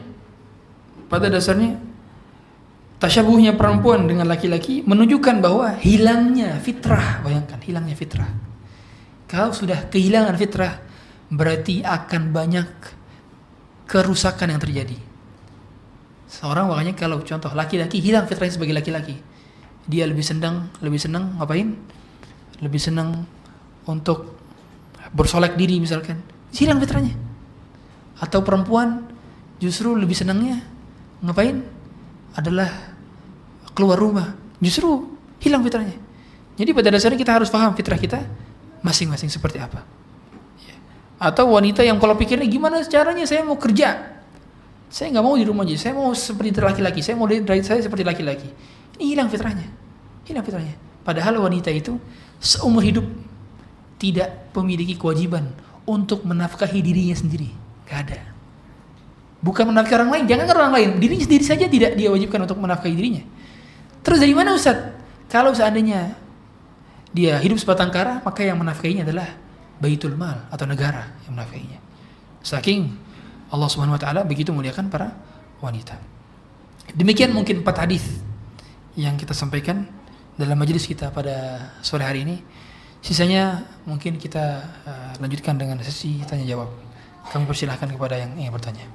tasyabuhnya perempuan dengan laki-laki menunjukkan bahwa hilangnya fitrah. Bayangkan, hilangnya fitrah. Kalau sudah kehilangan fitrah, berarti akan banyak kerusakan yang terjadi. Seorang makanya kalau contoh laki-laki hilang fitrahnya sebagai laki-laki, dia lebih senang ngapain? Lebih senang untuk bersolek diri misalkan, hilang fitrahnya. Atau perempuan justru lebih senangnya ngapain? Adalah keluar rumah, justru hilang fitrahnya. Jadi pada dasarnya kita harus paham fitrah kita masing-masing seperti apa. Atau wanita yang kalau pikirnya gimana caranya saya mau kerja, saya nggak mau di rumah aja, saya mau seperti laki-laki, saya mau saya seperti laki-laki. Ini hilang fitrahnya. Padahal wanita itu seumur hidup tidak memiliki kewajiban untuk menafkahi dirinya sendiri, gak ada. Bukan menafkahi orang lain, jangan orang lain, dirinya sendiri saja tidak dia wajibkan untuk menafkahi dirinya. Terus dari mana Ustaz? Kalau seandainya dia hidup sebatang kara, maka yang menafkahinya adalah Baitul Mal atau negara yang menafkahinya. Saking Allah Subhanahu wa taala begitu muliakan para wanita. Demikian mungkin 4 hadis yang kita sampaikan dalam majelis kita pada sore hari ini. Sisanya mungkin kita lanjutkan dengan sesi tanya jawab. Kami persilahkan kepada yang ingin bertanya.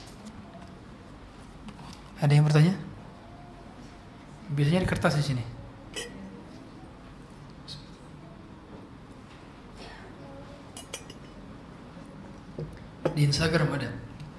Ada yang bertanya? Biasanya di kertas di sini. Di Instagram ada.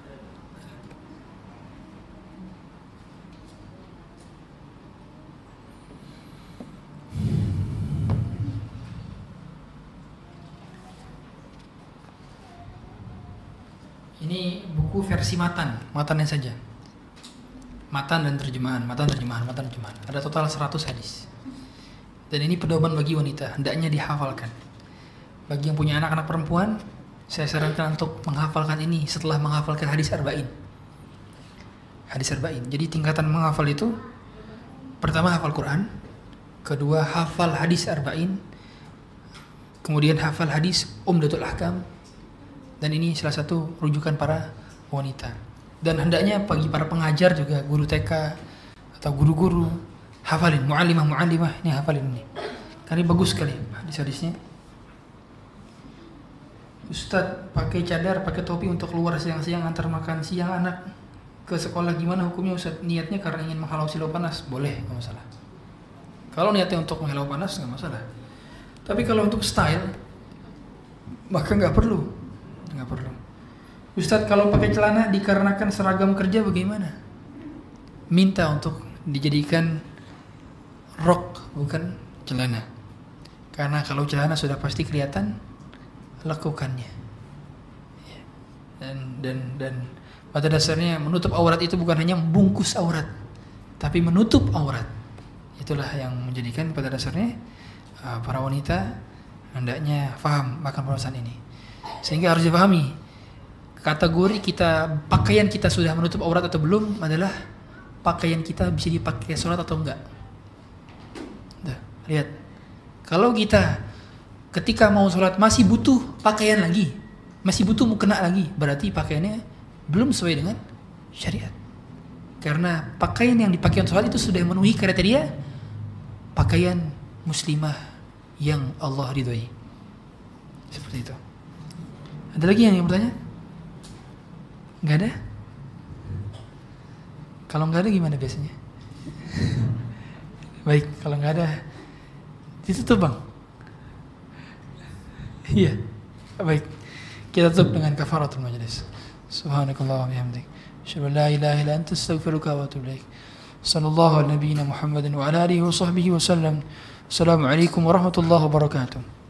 Ini buku versi matannya saja. Matan dan terjemahan. Ada total 100 hadis. Dan ini pedoman bagi wanita, hendaknya dihafalkan. Bagi yang punya anak-anak perempuan, saya sarankan untuk menghafalkan ini setelah menghafalkan hadis arba'in. Jadi tingkatan menghafal itu, pertama hafal Quran, kedua hafal hadis arba'in, kemudian hafal hadis Umdatul Ahkam, dan ini salah satu rujukan para wanita. Dan hendaknya bagi para pengajar juga, guru TK atau guru-guru, hafalin, mu'allimah ini hafalin ini. Karena bagus sekali hadis-hadisnya. Ustadz pakai cadar, pakai topi untuk keluar siang-siang antar makan siang anak ke sekolah, gimana hukumnya Ustadz? Niatnya karena ingin menghalau silau panas, boleh, nggak masalah. Kalau niatnya untuk menghalau panas nggak masalah. Tapi kalau untuk style, maka nggak perlu. Ustadz kalau pakai celana dikarenakan seragam kerja bagaimana? Minta untuk dijadikan rok bukan celana. Karena kalau celana sudah pasti kelihatan lekukannya. Dan pada dasarnya menutup aurat itu bukan hanya membungkus aurat, tapi menutup aurat. Itulah yang menjadikan pada dasarnya para wanita hendaknya paham akan permasalahan ini. Sehingga harus dipahami kategori kita, pakaian kita sudah menutup aurat atau belum adalah pakaian kita bisa dipakai sholat atau enggak. Lihat, kalau kita ketika mau sholat masih butuh pakaian lagi, masih butuh mukena lagi, berarti pakaiannya belum sesuai dengan syariat. Karena pakaian yang dipakai untuk sholat itu sudah memenuhi kriteria pakaian muslimah yang Allah ridhoi. Seperti itu. Ada lagi yang bertanya? Nggak ada? Kalau nggak ada gimana biasanya? Baik, kalau nggak ada ditutup bang. Iya, baik. Kita tutup dengan kafaratul majlis. Subhanakallah wa bihamdik. Asyhadu an la ilaha illa anta astaghfiruka wa atubu ilaik. Sallallahu ala nabiyyina Muhammadin wa ala alihi wa sahbihi wa sallam. Assalamualaikum warahmatullahi wabarakatuh.